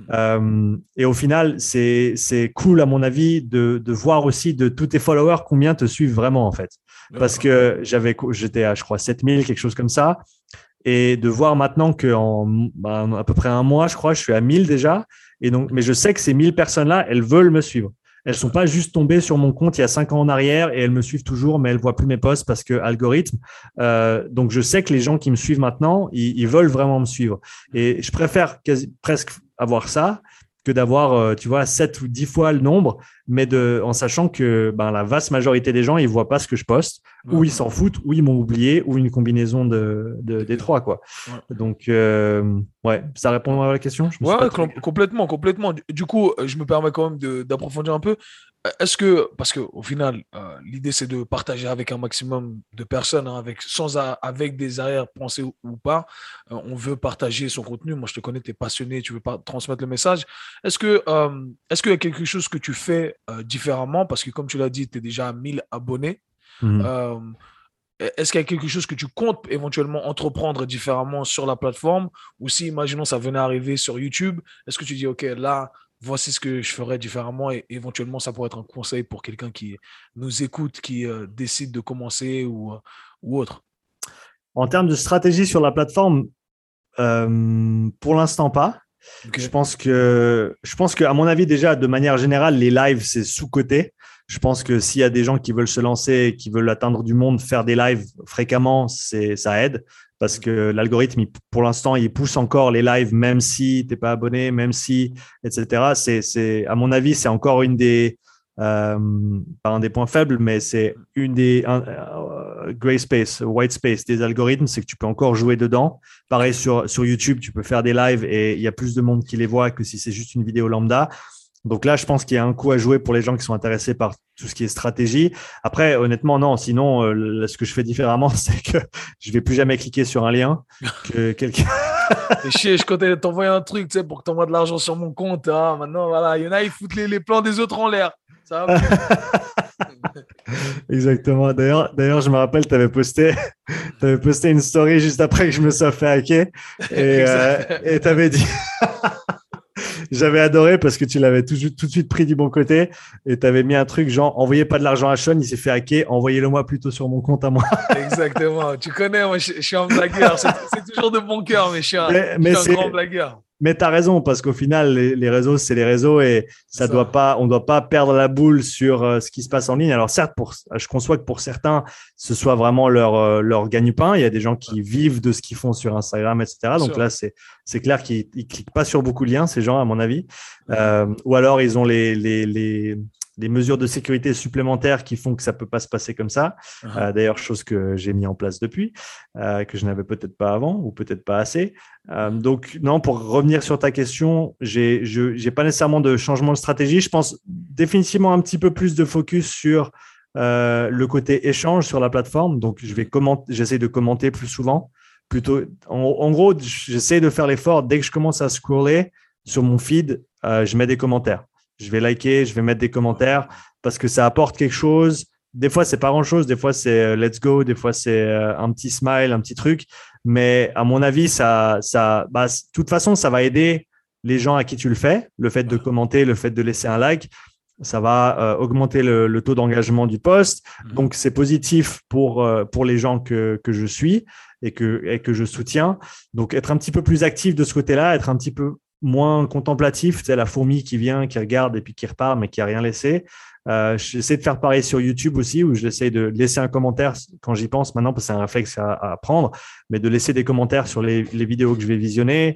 Et au final c'est cool à mon avis de voir aussi de tous tes followers combien te suivent vraiment en fait, parce que j'étais à je crois 7000 quelque chose comme ça. Et de voir maintenant qu'en à peu près un mois, je crois, je suis à 1000 déjà. Et donc, mais je sais que ces 1000 personnes-là, elles veulent me suivre. Elles sont pas juste tombées sur mon compte il y a 5 ans en arrière et elles me suivent toujours, mais elles voient plus mes posts parce que algorithme. Donc, je sais que les gens qui me suivent maintenant, ils veulent vraiment me suivre. Et je préfère presque avoir ça que d'avoir, tu vois, 7 ou 10 fois le nombre, mais en sachant que la vaste majorité des gens, ils voient pas ce que je poste, ou ils s'en foutent, ou ils m'ont oublié, ou une combinaison des trois, quoi. Donc, ouais, ça répond à la question. Complètement, complètement. Du coup, je me permets quand même d'approfondir un peu. Est-ce que, parce qu'au final, l'idée c'est de partager avec un maximum de personnes, hein, avec des arrière-pensées ou pas, on veut partager son contenu. Moi, je te connais, tu es passionné, tu veux pas transmettre le message. Est-ce qu'il y a quelque chose que tu fais différemment? Parce que comme tu l'as dit, tu es déjà à 1000 abonnés. Euh, Est-ce qu'il y a quelque chose que tu comptes éventuellement entreprendre différemment sur la plateforme? Ou si, imaginons, ça venait arriver sur YouTube, est-ce que tu dis, OK, là, voici ce que je ferais différemment et éventuellement, ça pourrait être un conseil pour quelqu'un qui nous écoute, qui décide de commencer ou autre? En termes de stratégie sur la plateforme, pour l'instant pas. Okay. Je pense que, à mon avis, déjà, de manière générale, les lives, c'est sous-coté. Je pense que s'il y a des gens qui veulent se lancer, qui veulent atteindre du monde, faire des lives fréquemment, ça aide. Parce que l'algorithme, pour l'instant, il pousse encore les lives, même si tu n'es pas abonné, même si, etc. À mon avis, c'est encore pas un des points faibles, mais c'est gray space, white space des algorithmes, c'est que tu peux encore jouer dedans. Pareil sur YouTube, tu peux faire des lives et il y a plus de monde qui les voit que si c'est juste une vidéo lambda. Donc là, je pense qu'il y a un coup à jouer pour les gens qui sont intéressés par tout ce qui est stratégie. Après, honnêtement, non. Sinon, ce que je fais différemment, c'est que je vais plus jamais cliquer sur un lien que quelqu'un. Et chier, je comptais t'envoyer un truc, tu sais, pour que tu envoies de l'argent sur mon compte. Ah, maintenant, voilà, il y en a, ils foutent les plans des autres en l'air. Ça va. Exactement. D'ailleurs, je me rappelle, tu avais posté une story juste après que je me sois fait hacker et tu avais dit. J'avais adoré parce que tu l'avais tout de suite pris du bon côté et tu avais mis un truc genre envoyez pas de l'argent à Sean, il s'est fait hacker, envoyez-le moi plutôt sur mon compte à moi. Exactement. Tu connais, moi je suis un blagueur. C'est toujours de bon cœur, mais je suis un grand blagueur. Mais tu as raison, parce qu'au final, les réseaux, c'est les réseaux et on ne doit pas perdre la boule sur ce qui se passe en ligne. Alors certes, je conçois que pour certains, ce soit vraiment leur gagne-pain. Il y a des gens qui vivent de ce qu'ils font sur Instagram, etc. Donc là, c'est clair qu'ils ne cliquent pas sur beaucoup de liens, ces gens, à mon avis. Ou alors, ils ont les des mesures de sécurité supplémentaires qui font que ça peut pas se passer comme ça. D'ailleurs, chose que j'ai mis en place depuis, que je n'avais peut-être pas avant ou peut-être pas assez. Donc, non, pour revenir sur ta question, j'ai pas nécessairement de changement de stratégie. Je pense définitivement un petit peu plus de focus sur le côté échange sur la plateforme. Donc, j'essaie de commenter plus souvent. Plutôt, en gros, j'essaie de faire l'effort. Dès que je commence à scroller sur mon feed, je mets des commentaires. Je vais liker, je vais mettre des commentaires parce que ça apporte quelque chose. Des fois, c'est pas grand-chose. Des fois, c'est let's go. Des fois, c'est un petit smile, un petit truc. Mais à mon avis, de toute façon, ça va aider les gens à qui tu le fais. Le fait de commenter, le fait de laisser un like, ça va augmenter le taux d'engagement du post. Donc, c'est positif pour les gens que je suis et que je soutiens. Donc, être un petit peu plus actif de ce côté-là, être un petit peu moins contemplatif, tu sais, la fourmi qui vient, qui regarde et puis qui repart, mais qui a rien laissé. J'essaie de faire pareil sur YouTube aussi, où j'essaie de laisser un commentaire quand j'y pense maintenant, parce que c'est un réflexe à prendre, mais de laisser des commentaires sur les vidéos que je vais visionner.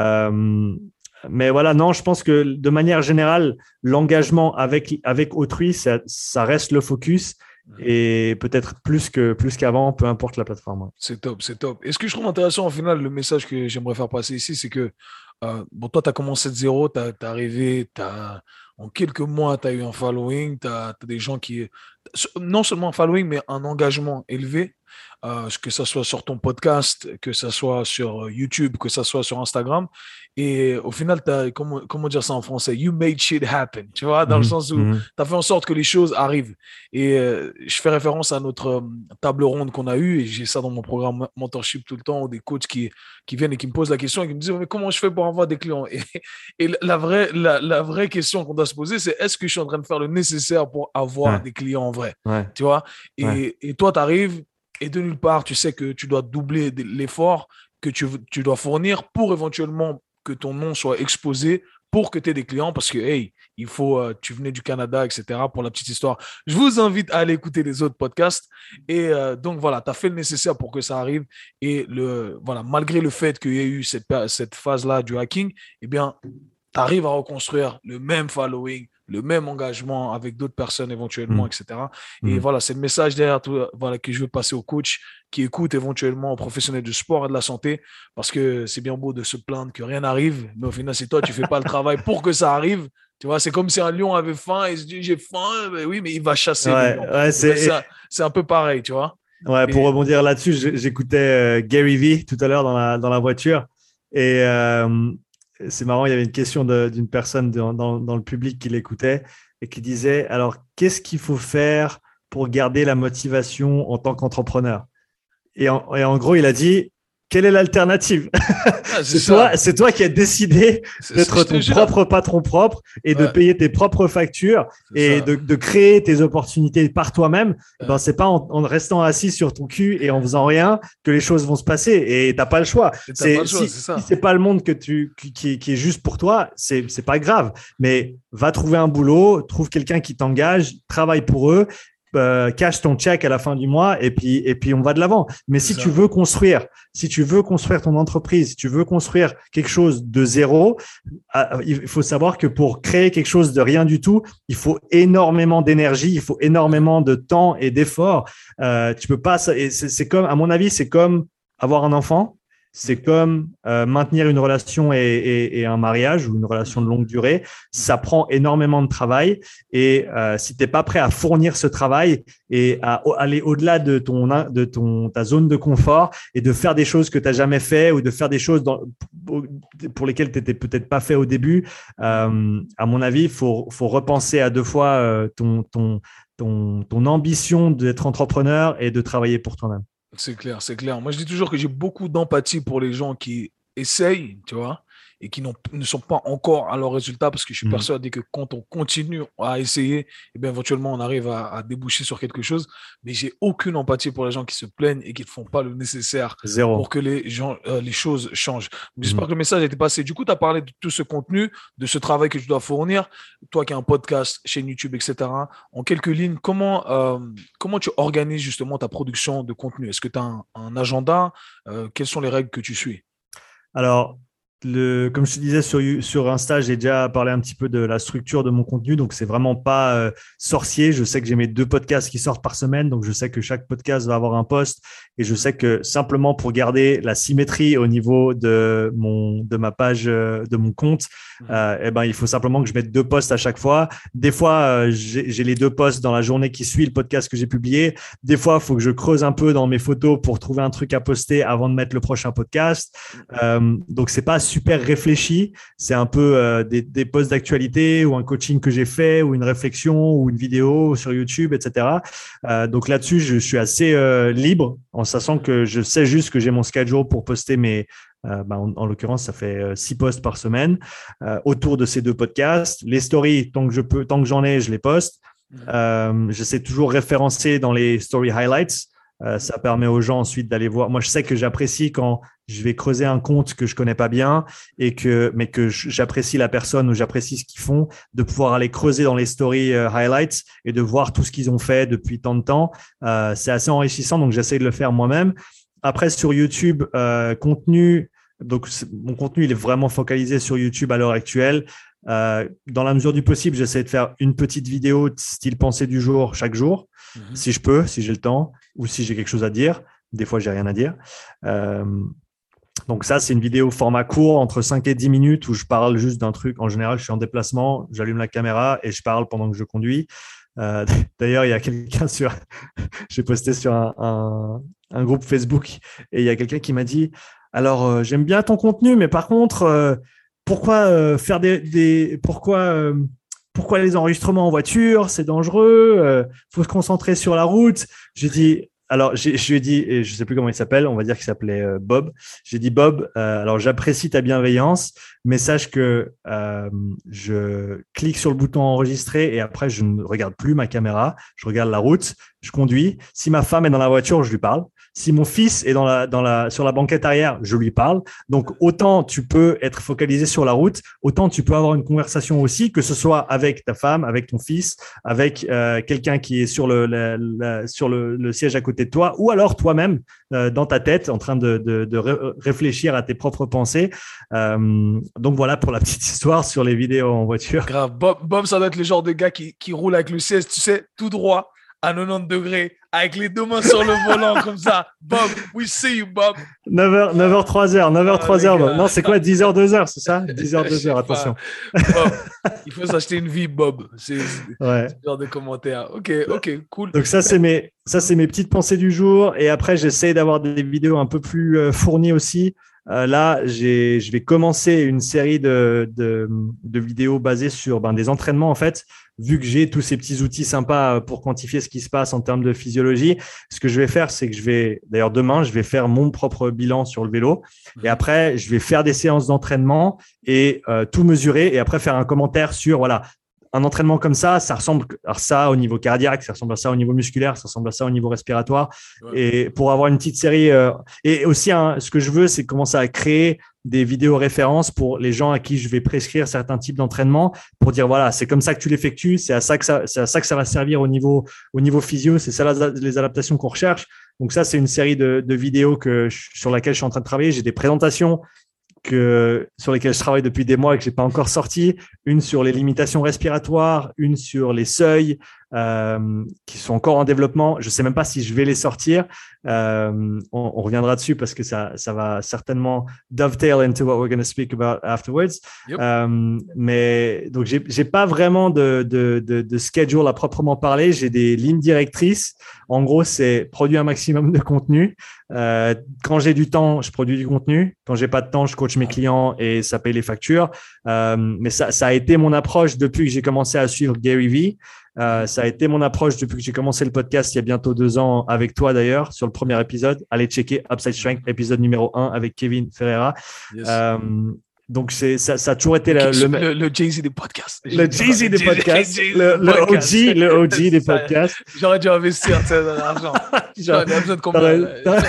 Mais voilà, non, je pense que de manière générale, l'engagement avec autrui, ça reste le focus et peut-être plus qu'avant, peu importe la plateforme. C'est top, c'est top. Et ce que je trouve intéressant, au final, le message que j'aimerais faire passer ici, c'est que, bon, toi, tu as commencé de zéro, tu as arrivé, en quelques mois, tu as eu un following, tu as des gens qui, non seulement un following, mais un engagement élevé, que ce soit sur ton podcast, que ce soit sur YouTube, que ce soit sur Instagram. Et au final, comment dire ça en français? You made shit happen, tu vois, dans le sens où tu as fait en sorte que les choses arrivent. Et je fais référence à notre table ronde qu'on a eue, et j'ai ça dans mon programme mentorship tout le temps, où des coachs qui viennent et qui me posent la question et qui me disent, mais comment je fais pour avoir des clients? Et la vraie question qu'on doit se poser, c'est est-ce que je suis en train de faire le nécessaire pour avoir des clients en vrai? Tu vois? Et toi, tu arrives, et de nulle part, tu sais que tu dois doubler l'effort que tu dois fournir pour éventuellement que ton nom soit exposé pour que tu aies des clients, parce que, hey, il faut, tu venais du Canada, etc., pour la petite histoire. Je vous invite à aller écouter les autres podcasts. Et donc, voilà, tu as fait le nécessaire pour que ça arrive. Et voilà, malgré le fait qu'il y ait eu cette phase-là du hacking, eh bien, tu arrives à reconstruire le même following, le même engagement avec d'autres personnes éventuellement, etc. Et voilà, c'est le message derrière tout, voilà, que je veux passer aux coachs qui écoutent éventuellement aux professionnels du sport et de la santé, parce que c'est bien beau de se plaindre que rien n'arrive, mais au final, c'est toi, tu fais pas le travail pour que ça arrive. Tu vois, c'est comme si un lion avait faim et il se dit, j'ai faim, mais oui, mais il va chasser le lion. C'est un peu pareil, tu vois. Ouais, pour rebondir là-dessus, j'écoutais Gary Vee tout à l'heure dans la voiture et c'est marrant, il y avait une question d'une personne dans le public qui l'écoutait et qui disait, alors, qu'est-ce qu'il faut faire pour garder la motivation en tant qu'entrepreneur? Et en gros, il a dit, quelle est l'alternative? C'est toi qui as décidé d'être ton propre patron propre et de payer tes propres factures et de créer tes opportunités par toi-même. Ben, c'est pas en restant assis sur ton cul et en faisant rien que les choses vont se passer et t'as pas le choix. Si c'est pas le monde qui est juste pour toi, c'est pas grave. Mais va trouver un boulot, trouve quelqu'un qui t'engage, travaille pour eux. Cache ton check à la fin du mois et puis on va de l'avant. Mais si tu veux construire ton entreprise, si tu veux construire quelque chose de zéro, il faut savoir que pour créer quelque chose de rien du tout, il faut énormément d'énergie, il faut énormément de temps et d'efforts. Tu peux pas. C'est comme, à mon avis, c'est comme avoir un enfant. C'est comme maintenir une relation et un mariage ou une relation de longue durée. Ça prend énormément de travail et si tu n'es pas prêt à fournir ce travail et à aller au-delà de ta zone de confort et de faire des choses que tu n'as jamais fait ou de faire des choses pour lesquelles tu n'étais peut-être pas fait au début, à mon avis, il faut repenser à deux fois ton ambition d'être entrepreneur et de travailler pour toi-même. C'est clair, c'est clair. Moi, je dis toujours que j'ai beaucoup d'empathie pour les gens qui essayent, tu vois, et qui ne sont pas encore à leur résultat, parce que je suis persuadé que quand on continue à essayer, eh bien, éventuellement, on arrive à déboucher sur quelque chose. Mais j'ai aucune empathie pour les gens qui se plaignent et qui ne font pas le nécessaire pour que les choses changent. J'espère que le message a été passé. Du coup, tu as parlé de tout ce contenu, de ce travail que tu dois fournir. Toi qui as un podcast, chaîne YouTube, etc. En quelques lignes, comment tu organises justement ta production de contenu? Est-ce que tu as un agenda? Quelles sont les règles que tu suis? Alors, comme je te disais sur Insta, j'ai déjà parlé un petit peu de la structure de mon contenu. Donc, c'est vraiment pas sorcier. Je sais que j'ai mes 2 podcasts qui sortent par semaine. Donc, je sais que chaque podcast va avoir un post. Et je sais que simplement pour garder la symétrie au niveau de ma page, de mon compte, eh ben, il faut simplement que je mette 2 posts à chaque fois. Des fois, j'ai les 2 posts dans la journée qui suit le podcast que j'ai publié. Des fois, il faut que je creuse un peu dans mes photos pour trouver un truc à poster avant de mettre le prochain podcast. Donc, c'est pas super réfléchi. C'est un peu des posts d'actualité ou un coaching que j'ai fait ou une réflexion ou une vidéo sur YouTube, etc. Donc là-dessus, je suis assez libre en sachant que je sais juste que j'ai mon schedule pour poster en l'occurrence, ça fait 6 posts par semaine autour de ces 2 podcasts. Les stories, tant que j'en ai, je les poste. J'essaie toujours référencer dans les story highlights. Ça permet aux gens ensuite d'aller voir. Moi, je sais que j'apprécie quand je vais creuser un compte que je connais pas bien mais que j'apprécie la personne ou j'apprécie ce qu'ils font, de pouvoir aller creuser dans les story highlights et de voir tout ce qu'ils ont fait depuis tant de temps. C'est assez enrichissant, donc j'essaie de le faire moi-même. Après, sur YouTube, contenu. Donc, mon contenu, il est vraiment focalisé sur YouTube à l'heure actuelle. Dans la mesure du possible, j'essaie de faire une petite vidéo style pensée du jour chaque jour, si je peux, si j'ai le temps ou si j'ai quelque chose à dire. Des fois, j'ai rien à dire. Donc ça, c'est une vidéo format court, entre 5 et 10 minutes, où je parle juste d'un truc. En général, je suis en déplacement, j'allume la caméra et je parle pendant que je conduis. D'ailleurs, il y a quelqu'un j'ai posté sur un groupe Facebook et il y a quelqu'un qui m'a dit « Alors, j'aime bien ton contenu, mais par contre, pourquoi faire pourquoi les enregistrements en voiture, c'est dangereux, faut se concentrer sur la route. » J'ai dit, alors je lui ai dit, et je sais plus comment il s'appelle, on va dire qu'il s'appelait Bob. J'ai dit, Bob, alors j'apprécie ta bienveillance, mais sache que je clique sur le bouton enregistrer et après je ne regarde plus ma caméra, je regarde la route, je conduis. Si ma femme est dans la voiture, je lui parle. Si mon fils est sur la banquette arrière, je lui parle. Donc, autant tu peux être focalisé sur la route, autant tu peux avoir une conversation aussi, que ce soit avec ta femme, avec ton fils, avec quelqu'un qui est sur le siège à côté de toi, ou alors toi-même dans ta tête, en train de réfléchir à tes propres pensées. Donc, voilà pour la petite histoire sur les vidéos en voiture. Grave. Bob, ça doit être le genre de gars qui roule avec le siège, tu sais, tout droit, à 90 degrés, avec les 2 mains sur le volant, comme ça. Bob, we see you, Bob. 9h, 3h, 9h, 3h. Non, c'est quoi, 10h, 2h, c'est ça? 10h, 2h, attention. Bob, il faut s'acheter une vie, Bob. C'est ouais. Ce genre de commentaires. Ok, cool. Donc ça, c'est mes petites pensées du jour. Et après, j'essaie d'avoir des vidéos un peu plus fournies aussi. Là, je vais commencer une série de vidéos basées sur des entraînements, en fait. Vu que j'ai tous ces petits outils sympas pour quantifier ce qui se passe en termes de physiologie, ce que je vais faire, c'est que d'ailleurs demain, je vais faire mon propre bilan sur le vélo. Et après, je vais faire des séances d'entraînement et tout mesurer et après faire un commentaire sur, voilà, un entraînement comme ça ressemble à ça au niveau cardiaque, ça ressemble à ça au niveau musculaire, ça ressemble à ça au niveau respiratoire. Ouais. Et pour avoir une petite série, et aussi ce que je veux, c'est commencer à créer des vidéos références pour les gens à qui je vais prescrire certains types d'entraînement pour dire voilà, c'est comme ça que tu l'effectues, c'est à ça que ça va servir au niveau physio, c'est ça les adaptations qu'on recherche. Donc ça, c'est une série de vidéos sur laquelle je suis en train de travailler. J'ai des présentations sur lesquelles je travaille depuis des mois et que j'ai pas encore sorti, une sur les limitations respiratoires, une sur les seuils qui sont encore en développement. Je sais même pas si je vais les sortir. On reviendra dessus parce que ça va certainement dovetail into what we're going to speak about afterwards. Yep. Mais donc j'ai pas vraiment de schedule à proprement parler. J'ai des lignes directrices. En gros, c'est produire un maximum de contenu. Quand j'ai du temps, je produis du contenu. Quand j'ai pas de temps, je coach mes clients et ça paye les factures. Mais ça a été mon approche depuis que j'ai commencé à suivre Gary Vee. Ça a été mon approche depuis que j'ai commencé le podcast il y a bientôt 2 ans avec toi d'ailleurs sur le premier épisode. Allez checker Upside Strength, épisode numéro 1 avec Kevin Ferreira. Yes. Donc ça a toujours été le Jay-Z des podcasts. Le Jay-Z des podcasts. Le OG des podcasts. J'aurais dû investir dans l'argent. J'aurais besoin de combien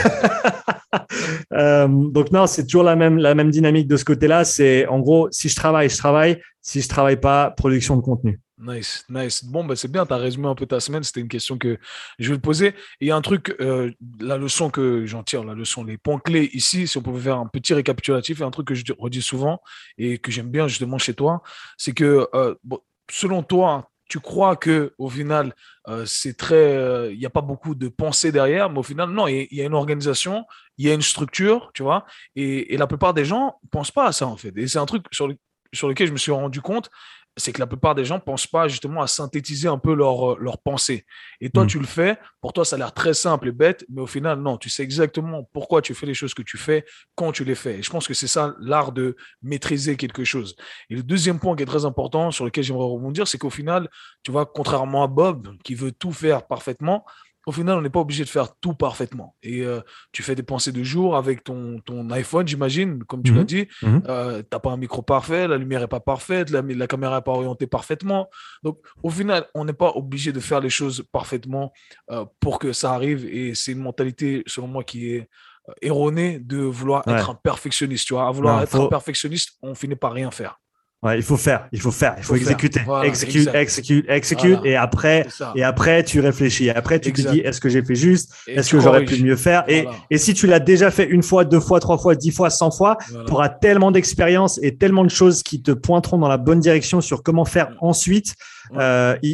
donc non, c'est toujours la même dynamique de ce côté-là. C'est en gros, si je travaille. Si je travaille pas, production de contenu. Nice, nice. Bon, bah, c'est bien, tu as résumé un peu ta semaine. C'était une question que je vais te poser. Et il y a un truc, la leçon que j'en tire, la leçon, les points clés ici, si on pouvait faire un petit récapitulatif, et un truc que je redis souvent et que j'aime bien justement chez toi, c'est que bon, selon toi, tu crois que au final, c'est très, il n'y a pas beaucoup de pensée derrière, mais au final, non, il y a une organisation, il y a une structure, tu vois, et la plupart des gens pensent pas à ça en fait. Et c'est un truc sur lequel je me suis rendu compte, c'est que la plupart des gens ne pensent pas justement à synthétiser un peu leur pensée. Et toi, Hmm. tu le fais, pour toi, ça a l'air très simple et bête, mais au final, non, tu sais exactement pourquoi tu fais les choses que tu fais, quand tu les fais. Et je pense que c'est ça l'art de maîtriser quelque chose. Et le deuxième point qui est très important, sur lequel j'aimerais rebondir, c'est qu'au final, tu vois, contrairement à Bob, qui veut tout faire parfaitement, au final, on n'est pas obligé de faire tout parfaitement. Et tu fais des pensées de jour avec ton iPhone, j'imagine, comme tu l'as Mhm. dit. Mhm. T'as pas un micro parfait, la lumière est pas parfaite, la caméra est pas orientée parfaitement. Donc, au final, on n'est pas obligé de faire les choses parfaitement pour que ça arrive. Et c'est une mentalité, selon moi, qui est erronée de vouloir être Ouais. un perfectionniste. Tu vois, à vouloir Non, être un perfectionniste, on finit par rien faire. ouais, il faut Faut faire. exécuter, Voilà, execute, exact. execute, execute, Voilà, c'est et ça. après, tu réfléchis. Et après, tu te dis, Exact. est-ce que j'ai fait juste? Et Est-ce tu que j'aurais pu corriges. mieux faire? Voilà, Et si tu l'as déjà fait une fois, deux fois, trois fois, 10 fois, 100 fois, tu voilà. auras tellement d'expérience et tellement de choses qui te pointeront dans la bonne direction sur comment faire ensuite. Ouais,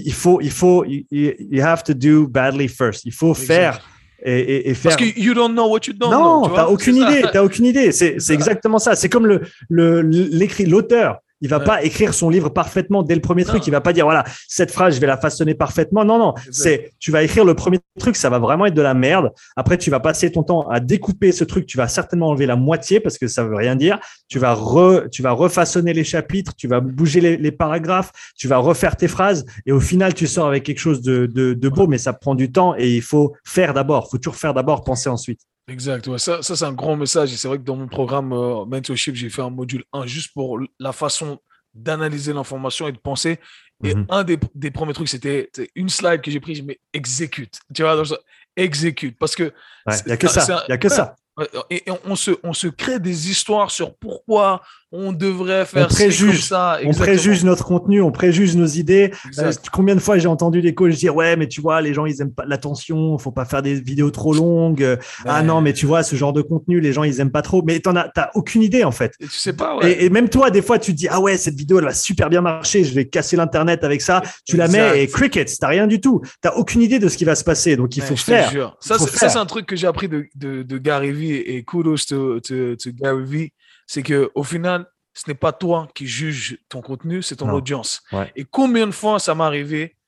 You have to do badly first. Il faut faire exact. et Parce que faire. you don't know what you don't know, Non, tu vois? C'est ça. t'as aucune idée. C'est C'est ça. exactement ça. C'est comme l'auteur. Il va Ouais. pas écrire son livre parfaitement dès le premier truc. Il Non, va pas dire, voilà, cette phrase, je vais la façonner parfaitement. Non, non. exact. Tu vas écrire le premier truc, ça va vraiment être de la merde. Après, tu vas passer ton temps à découper ce truc. Tu vas certainement enlever la moitié parce que ça veut rien dire. Tu vas refaçonner les chapitres. Tu vas bouger les paragraphes. Tu vas refaire tes phrases. Et au final, tu sors avec quelque chose de Ouais. beau, mais ça prend du temps et il faut faire d'abord. Il faut toujours faire d'abord, penser ensuite. Exact, ouais. Ça c'est un grand message. Et c'est vrai que dans mon programme Mentorship, j'ai fait un module 1 juste pour la façon d'analyser l'information et de penser. Et Mhm. un des premiers trucs, c'était une slide que j'ai prise, mais exécute. Tu vois, donc, exécute. Parce que Ouais, il y a que ça. Il y a que ouais. ça. Ouais, et on se crée des histoires sur pourquoi on devrait On faire ci comme préjuge. ça. On préjuge Exactement. notre contenu, on préjuge nos idées. Exact. Combien de fois j'ai entendu des coachs dire ouais, mais tu vois, les gens ils aiment pas l'attention, faut pas faire des vidéos trop longues. Ah non, Mais mais tu vois, ce genre de contenu, les gens ils aiment pas trop. Mais t'as aucune idée en fait. tu sais pas, ouais. Et même toi, des fois, tu te dis ah ouais, cette vidéo elle va super bien marcher, je vais casser l'internet avec ça. Tu la mets et Exact. crickets, t'as rien du tout. T'as aucune idée de ce qui va se passer. Donc il Mais faut je te faire. jure. Il faut Ça c'est faire. un truc que j'ai appris de Gary Vee et kudos to Gary Vee. C'est que au final, ce n'est pas toi qui juge ton contenu, c'est ton Non. audience. Ouais. Et combien de fois ça m'est arrivé,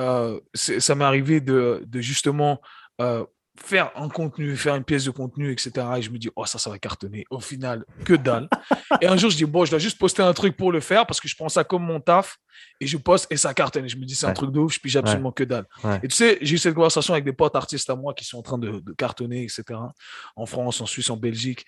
ça m'est arrivé de justement euh, faire un contenu, faire une pièce de contenu, etc. Et je me dis, oh, ça va cartonner. Au final, que dalle. Et un jour, je dis, bon, je dois juste poster un truc pour le faire parce que je prends ça comme mon taf et je poste et ça cartonne. Et je me dis, c'est un Ouais. truc de ouf, je pige Ouais. absolument que dalle. Ouais. Et tu sais, j'ai eu cette conversation avec des potes artistes à moi qui sont en train de cartonner, etc. En France, en Suisse, en Belgique.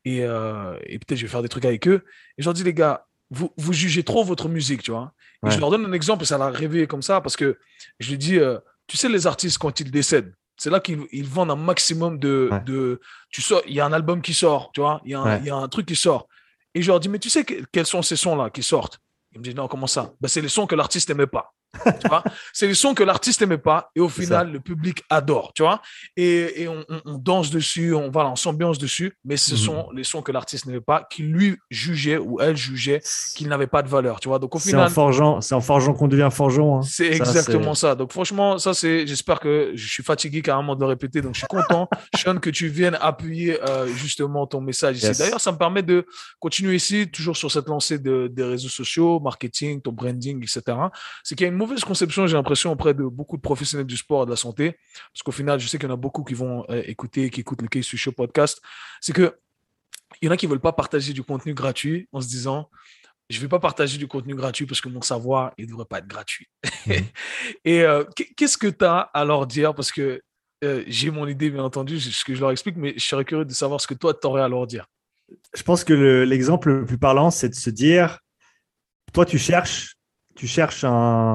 Et peut-être je vais faire des trucs avec eux. Et je leur dis, les gars, vous jugez trop votre musique, tu vois. Et je Ouais. leur donne un exemple et ça l'a réveillé comme ça parce que je lui dis, tu sais, les artistes, quand ils décèdent, c'est là qu'ils vendent un maximum Ouais. tu sors, il y a un album qui sort, tu vois, il Ouais. y a un truc qui sort. Et je leur dis, mais tu sais quels sont ces sons-là qui sortent? Ils me disent, non, comment ça? Ben, c'est les sons que l'artiste n'aimait pas. Tu vois, c'est les sons que l'artiste n'aimait pas et au C'est ça. final, le public adore, tu vois. Et on danse dessus, on s'ambiance dessus, mais ce Mhm. sont les sons que l'artiste n'aimait pas, qui lui jugeait ou elle jugeait qu'ils n'avaient pas de valeur, tu vois. Donc au final, C'est en forgeant qu'on devient forgeron. Hein. c'est Ça, c'est. exactement ça. Donc franchement, j'espère que je suis fatigué carrément de le répéter. Donc je suis content, Sean, que tu viennes appuyer justement ton message ici. D'ailleurs, Yes. ça me permet de continuer ici, toujours sur cette lancée des réseaux sociaux, marketing, ton branding, etc. C'est qu'il y a une mauvaise conception, j'ai l'impression, auprès de beaucoup de professionnels du sport et de la santé. Parce qu'au final, je sais qu'il y en a beaucoup qui vont écouter, qui écoutent le Case Show podcast. C'est que il y en a qui ne veulent pas partager du contenu gratuit en se disant je ne vais pas partager du contenu gratuit parce que mon savoir, il ne devrait pas être gratuit. Mhm. Et qu'est-ce que tu as à leur dire? Parce que j'ai mon idée, bien entendu, ce que je leur explique, mais je serais curieux de savoir ce que toi, tu aurais à leur dire. Je pense que l'exemple le plus parlant, c'est de se dire, toi, tu cherches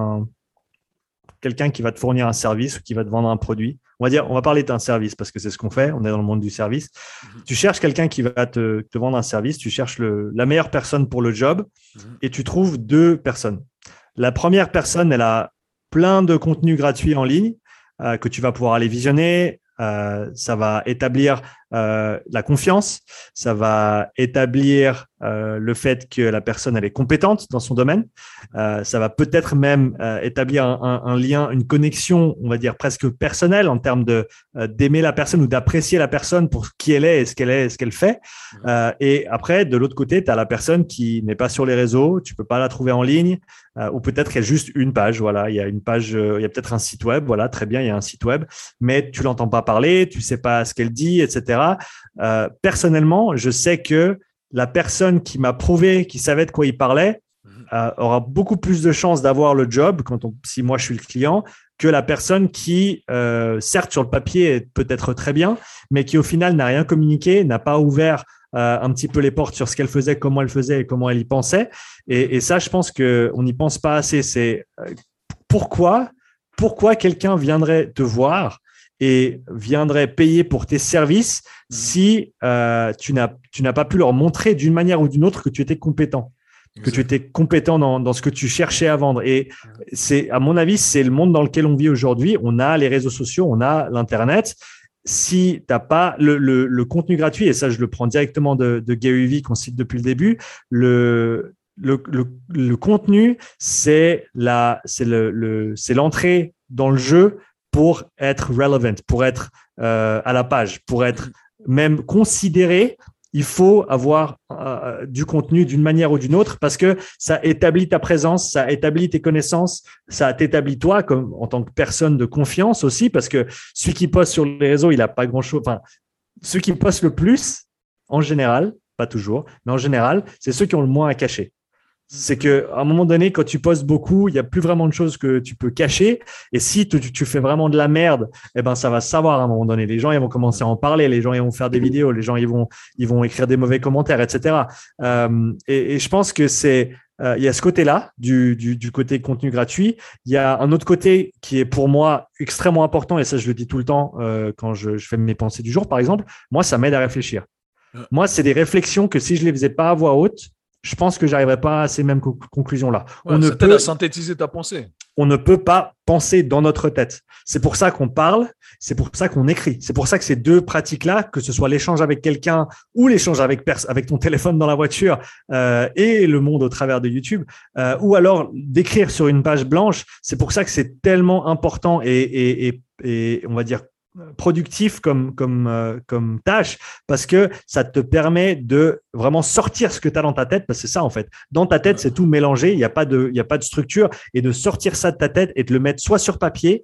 quelqu'un qui va te fournir un service ou qui va te vendre un produit. On va parler d'un service parce que c'est ce qu'on fait. On est dans le monde du service. Mhm, Tu cherches quelqu'un qui va te vendre un service. Tu cherches la meilleure personne pour le job mhm, et tu trouves deux personnes. La première personne, elle a plein de contenus gratuits en ligne que tu vas pouvoir aller visionner. Ça va établir la confiance, ça va établir le fait que la personne elle est compétente dans son domaine, ça va peut-être même établir un lien, une connexion, on va dire presque personnelle en termes de d'aimer la personne ou d'apprécier la personne pour qui elle est et ce qu'elle fait. Et après, de l'autre côté, tu as la personne qui n'est pas sur les réseaux, tu peux pas la trouver en ligne, ou peut-être qu'il y a juste une page. Voilà, il y a une page, il y a peut-être un site web. Voilà, très bien, il y a un site web, mais tu l'entends pas parler, tu sais pas ce qu'elle dit, etc. Personnellement, je sais que la personne qui m'a prouvé qu'il savait de quoi il parlait aura beaucoup plus de chances d'avoir le job si moi je suis le client que la personne qui, certes sur le papier est peut-être très bien, mais qui au final n'a rien communiqué, n'a pas ouvert un petit peu les portes sur ce qu'elle faisait, comment elle faisait et comment elle y pensait. Et ça, je pense qu'on n'y pense pas assez. C'est pourquoi quelqu'un viendrait te voir et viendrait payer pour tes services si tu n'as pas pu leur montrer d'une manière ou d'une autre que tu étais compétent. Que tu étais compétent dans ce que tu cherchais à vendre. Et c'est, à mon avis, c'est le monde dans lequel on vit aujourd'hui. On a les réseaux sociaux, on a l'Internet. Si tu n'as pas le contenu gratuit, et ça, je le prends directement de Gary Vee qu'on cite depuis le début, le contenu, c'est l'entrée dans le jeu pour être relevant, pour être à la page, pour être même considéré. Il faut avoir du contenu d'une manière ou d'une autre parce que ça établit ta présence, ça établit tes connaissances, ça t'établit toi comme en tant que personne de confiance aussi parce que celui qui poste sur les réseaux, il a pas grand-chose. Enfin, ceux qui postent le plus, en général, pas toujours, mais en général, c'est ceux qui ont le moins à cacher. C'est qu'à un moment donné, quand tu postes beaucoup, il n'y a plus vraiment de choses que tu peux cacher. Et si tu fais vraiment de la merde, eh ben, ça va se savoir à un moment donné. Les gens, ils vont commencer à en parler. Les gens, ils vont faire des vidéos. Les gens, ils vont écrire des mauvais commentaires, etc. Et je pense que il y a ce côté-là du côté contenu gratuit. Il y a un autre côté qui est pour moi extrêmement important. Et ça, je le dis tout le temps quand je fais mes pensées du jour, par exemple. Moi, ça m'aide à réfléchir. Moi, c'est des réflexions que si je les faisais pas à voix haute, je pense que j'arriverai pas à ces mêmes conclusions-là. Ouais, ça t'aide à synthétiser ta pensée. On ne peut pas penser dans notre tête. C'est pour ça qu'on parle, c'est pour ça qu'on écrit. C'est pour ça que ces deux pratiques-là, que ce soit l'échange avec quelqu'un ou l'échange avec ton téléphone dans la voiture et le monde au travers de YouTube, ou alors d'écrire sur une page blanche, c'est pour ça que c'est tellement important et on va dire productif comme tâche parce que ça te permet de vraiment sortir ce que tu as dans ta tête parce que c'est ça en fait. Dans ta tête, c'est tout mélangé, il n'y a pas de structure et de sortir ça de ta tête et de le mettre soit sur papier,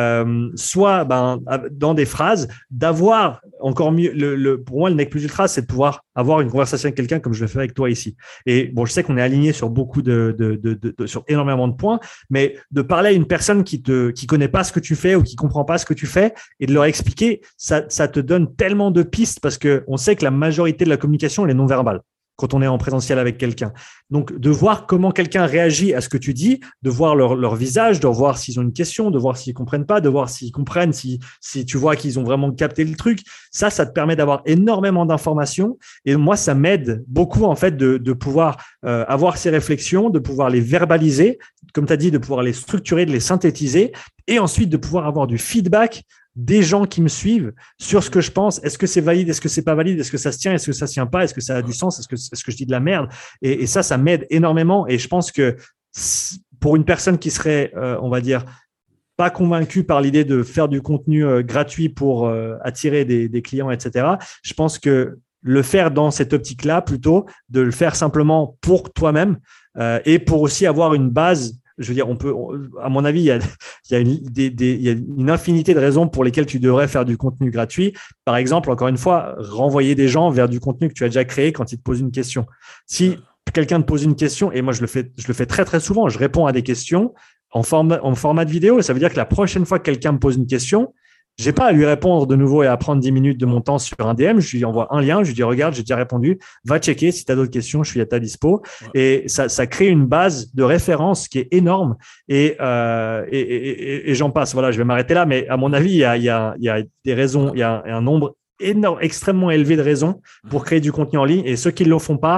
soit dans des phrases, d'avoir encore mieux pour moi le nec plus ultra, c'est de pouvoir avoir une conversation avec quelqu'un comme je le fais avec toi ici. Et bon, je sais qu'on est aligné sur beaucoup sur énormément de points, mais de parler à une personne qui connaît pas ce que tu fais ou qui comprend pas ce que tu fais et de leur expliquer, ça te donne tellement de pistes parce que on sait que la majorité de la communication, elle est non verbale quand on est en présentiel avec quelqu'un. Donc, de voir comment quelqu'un réagit à ce que tu dis, de voir leur visage, de voir s'ils ont une question, de voir s'ils comprennent pas, de voir s'ils comprennent, si tu vois qu'ils ont vraiment capté le truc. Ça te permet d'avoir énormément d'informations. Et moi, ça m'aide beaucoup, en fait, de pouvoir avoir ces réflexions, de pouvoir les verbaliser, comme tu as dit, de pouvoir les structurer, de les synthétiser et ensuite de pouvoir avoir du feedback des gens qui me suivent sur ce que je pense. Est-ce que c'est valide? Est-ce que c'est pas valide? Est-ce que ça se tient? Est-ce que ça se tient pas? Est-ce que ça a du sens? Est-ce que je dis de la merde? Et ça m'aide énormément. Et je pense que pour une personne qui serait, on va dire, pas convaincue par l'idée de faire du contenu gratuit pour attirer des clients, etc., je pense que le faire dans cette optique-là, plutôt de le faire simplement pour toi-même et pour aussi avoir une base. Je veux dire, à mon avis, il y a une infinité de raisons pour lesquelles tu devrais faire du contenu gratuit. Par exemple, encore une fois, renvoyer des gens vers du contenu que tu as déjà créé quand ils te posent une question. Si quelqu'un te pose une question, et moi je le fais très très souvent, je réponds à des questions en format de vidéo. Ça veut dire que la prochaine fois que quelqu'un me pose une question, j'ai pas à lui répondre de nouveau et à prendre 10 minutes de mon temps sur un DM. Je lui envoie un lien, je lui dis regarde, j'ai déjà répondu, va checker si tu as d'autres questions, je suis à ta dispo. Ouais. Et ça crée une base de référence qui est énorme et j'en passe. Voilà, je vais m'arrêter là, mais à mon avis, il y a des raisons, il y a un nombre extrêmement élevé de raisons pour créer du contenu en ligne et ceux qui ne le font pas,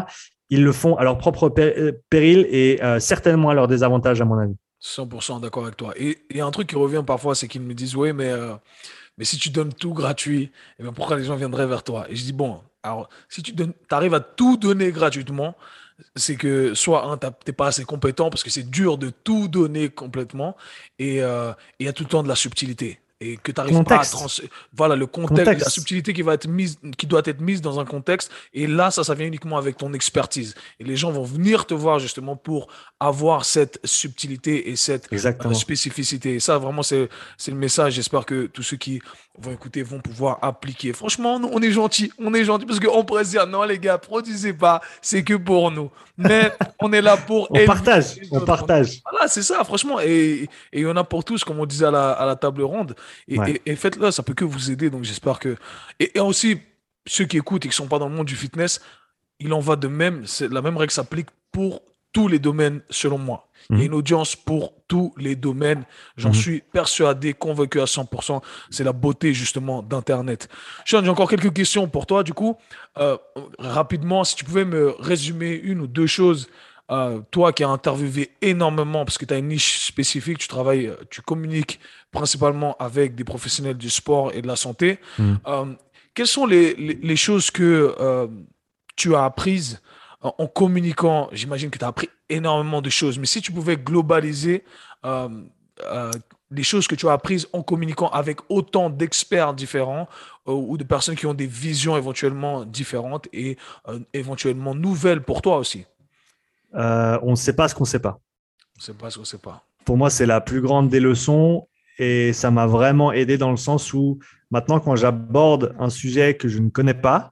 ils le font à leur propre péril et certainement à leur désavantage, à mon avis. 100% d'accord avec toi. Et il y a un truc qui revient parfois, c'est qu'ils me disent, oui, mais si tu donnes tout gratuit, eh ben pourquoi les gens viendraient vers toi? Et je dis, bon, alors, si tu arrives à tout donner gratuitement, c'est que soit, un, t'es pas assez compétent parce que c'est dur de tout donner complètement et il y a tout le temps de la subtilité. Et que tu n'arrives pas à Contexte, voilà, le contexte, la contexte. subtilité qui va être mise, qui doit être mise dans un contexte. Et là, ça vient uniquement avec ton expertise. Et les gens vont venir te voir justement pour avoir cette subtilité et cette Exactement. spécificité. Et ça, vraiment, c'est le message. J'espère que tous ceux qui vont écouter vont pouvoir appliquer. Franchement, on est gentil parce qu'on pourrait se dire non, les gars, produisez pas, c'est que pour nous. Mais on est là pour On élever partage, les on autres. partage. Voilà, c'est ça, franchement. Et il y en a pour tous, comme on disait à la table ronde. Ouais. Et faites-le, ça peut que vous aider. Donc j'espère que. Et aussi, ceux qui écoutent et qui sont pas dans le monde du fitness, il en va de même. C'est la même règle s'applique pour tous les domaines, selon moi. Il y a Mhm. une audience pour tous les domaines. J'en Mhm. suis persuadé, convaincu à 100%. C'est la beauté justement d'Internet. Sean, j'ai encore quelques questions pour toi. Du coup, rapidement, si tu pouvais me résumer une ou deux choses, toi qui as interviewé énormément, parce que tu as une niche spécifique, tu travailles, tu communiques principalement avec des professionnels du sport et de la santé. Mhm. Euh, quelles sont les choses que tu as apprises en communiquant? J'imagine que tu as appris énormément de choses, mais si tu pouvais globaliser euh, euh, les choses que tu as apprises en communiquant avec autant d'experts différents ou de personnes qui ont des visions éventuellement différentes et éventuellement nouvelles pour toi aussi. On ne sait pas ce qu'on ne sait pas. On sait pas ce qu'on sait pas. Pour moi, c'est la plus grande des leçons et ça m'a vraiment aidé dans le sens où maintenant, quand j'aborde un sujet que je ne connais pas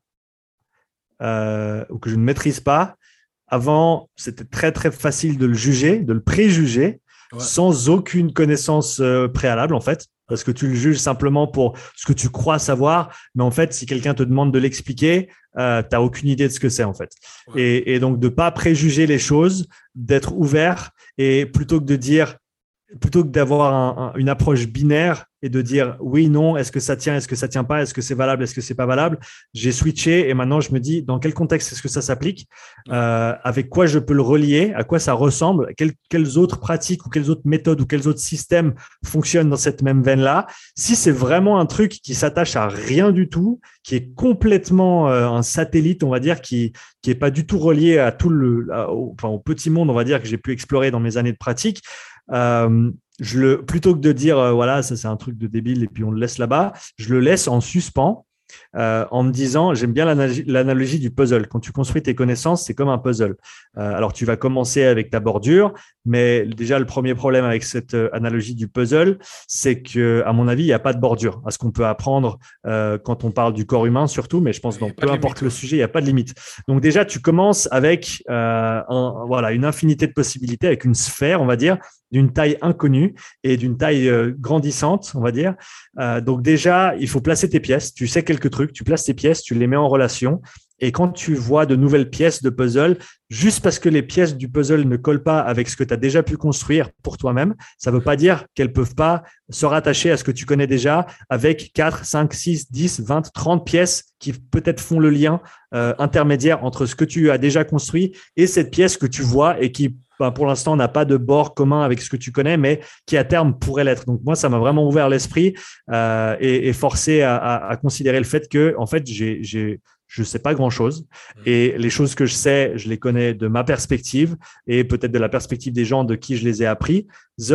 ou que je ne maîtrise pas, avant, c'était très, très facile de le juger, de le préjuger, Ouais, sans aucune connaissance préalable, en fait, parce que tu le juges simplement pour ce que tu crois savoir. Mais en fait, si quelqu'un te demande de l'expliquer, tu n'as aucune idée de ce que c'est, en fait. ouais. Et donc, de ne pas préjuger les choses, d'être ouvert, et plutôt que d'avoir une approche binaire et de dire oui, non, est-ce que ça tient, est-ce que ça tient pas, est-ce que c'est valable, est-ce que c'est pas valable, j'ai switché et maintenant je me dis dans quel contexte est-ce que ça s'applique, Ouais. avec quoi je peux le relier, à quoi ça ressemble, quelles autres pratiques ou quelles autres méthodes ou quels autres systèmes fonctionnent dans cette même veine-là. Si c'est vraiment un truc qui s'attache à rien du tout, qui est complètement un satellite, on va dire, qui est pas du tout relié à au petit monde, on va dire, que j'ai pu explorer dans mes années de pratique, euh, plutôt que de dire voilà, ça c'est un truc de débile et puis on le laisse là-bas, je le laisse en suspens en me disant, j'aime bien l'analogie du puzzle. Quand tu construis tes connaissances, c'est comme un puzzle. Alors, tu vas commencer avec ta bordure, mais déjà, le premier problème avec cette analogie du puzzle, c'est que, à mon avis, il n'y a pas de bordure à ce qu'on peut apprendre quand on parle du corps humain, surtout, mais je pense Il n'y dans a pas peu de importe limite. le Ouais. sujet, il n'y a pas de limite. Donc, déjà, tu commences avec voilà, une infinité de possibilités, avec une sphère, on va dire, d'une taille inconnue et d'une taille grandissante, on va dire. Donc déjà, il faut placer tes pièces. Tu sais quelques trucs, tu places tes pièces, tu les mets en relation. Et quand tu vois de nouvelles pièces de puzzle, juste parce que les pièces du puzzle ne collent pas avec ce que tu as déjà pu construire pour toi-même, ça ne veut pas dire qu'elles ne peuvent pas se rattacher à ce que tu connais déjà avec 4, 5, 6, 10, 20, 30 pièces qui peut-être font le lien intermédiaire entre ce que tu as déjà construit et cette pièce que tu vois et qui pour l'instant, n'a pas de bord commun avec ce que tu connais, mais qui à terme pourrait l'être. Donc moi, ça m'a vraiment ouvert l'esprit et forcé à considérer le fait que, en fait, je ne sais pas grand-chose. Mm. Et les choses que je sais, je les connais de ma perspective et peut-être de la perspective des gens de qui je les ai appris.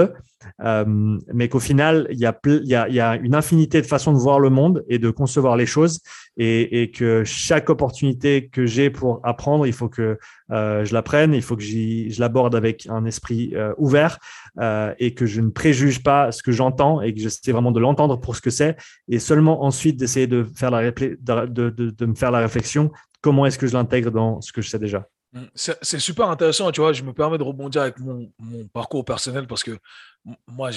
Mais qu'au final, il y a une infinité de façons de voir le monde et de concevoir les choses et que chaque opportunité que j'ai pour apprendre, il faut que je l'apprenne, il faut que je l'aborde avec un esprit ouvert et que je ne préjuge pas ce que j'entends et que j'essaie vraiment de l'entendre pour ce que c'est et seulement ensuite d'essayer de faire de me faire la réflexion, comment est-ce que je l'intègre dans ce que je sais déjà. Mm. C'est super intéressant, tu vois. Je me permets de rebondir avec mon parcours personnel parce que moi,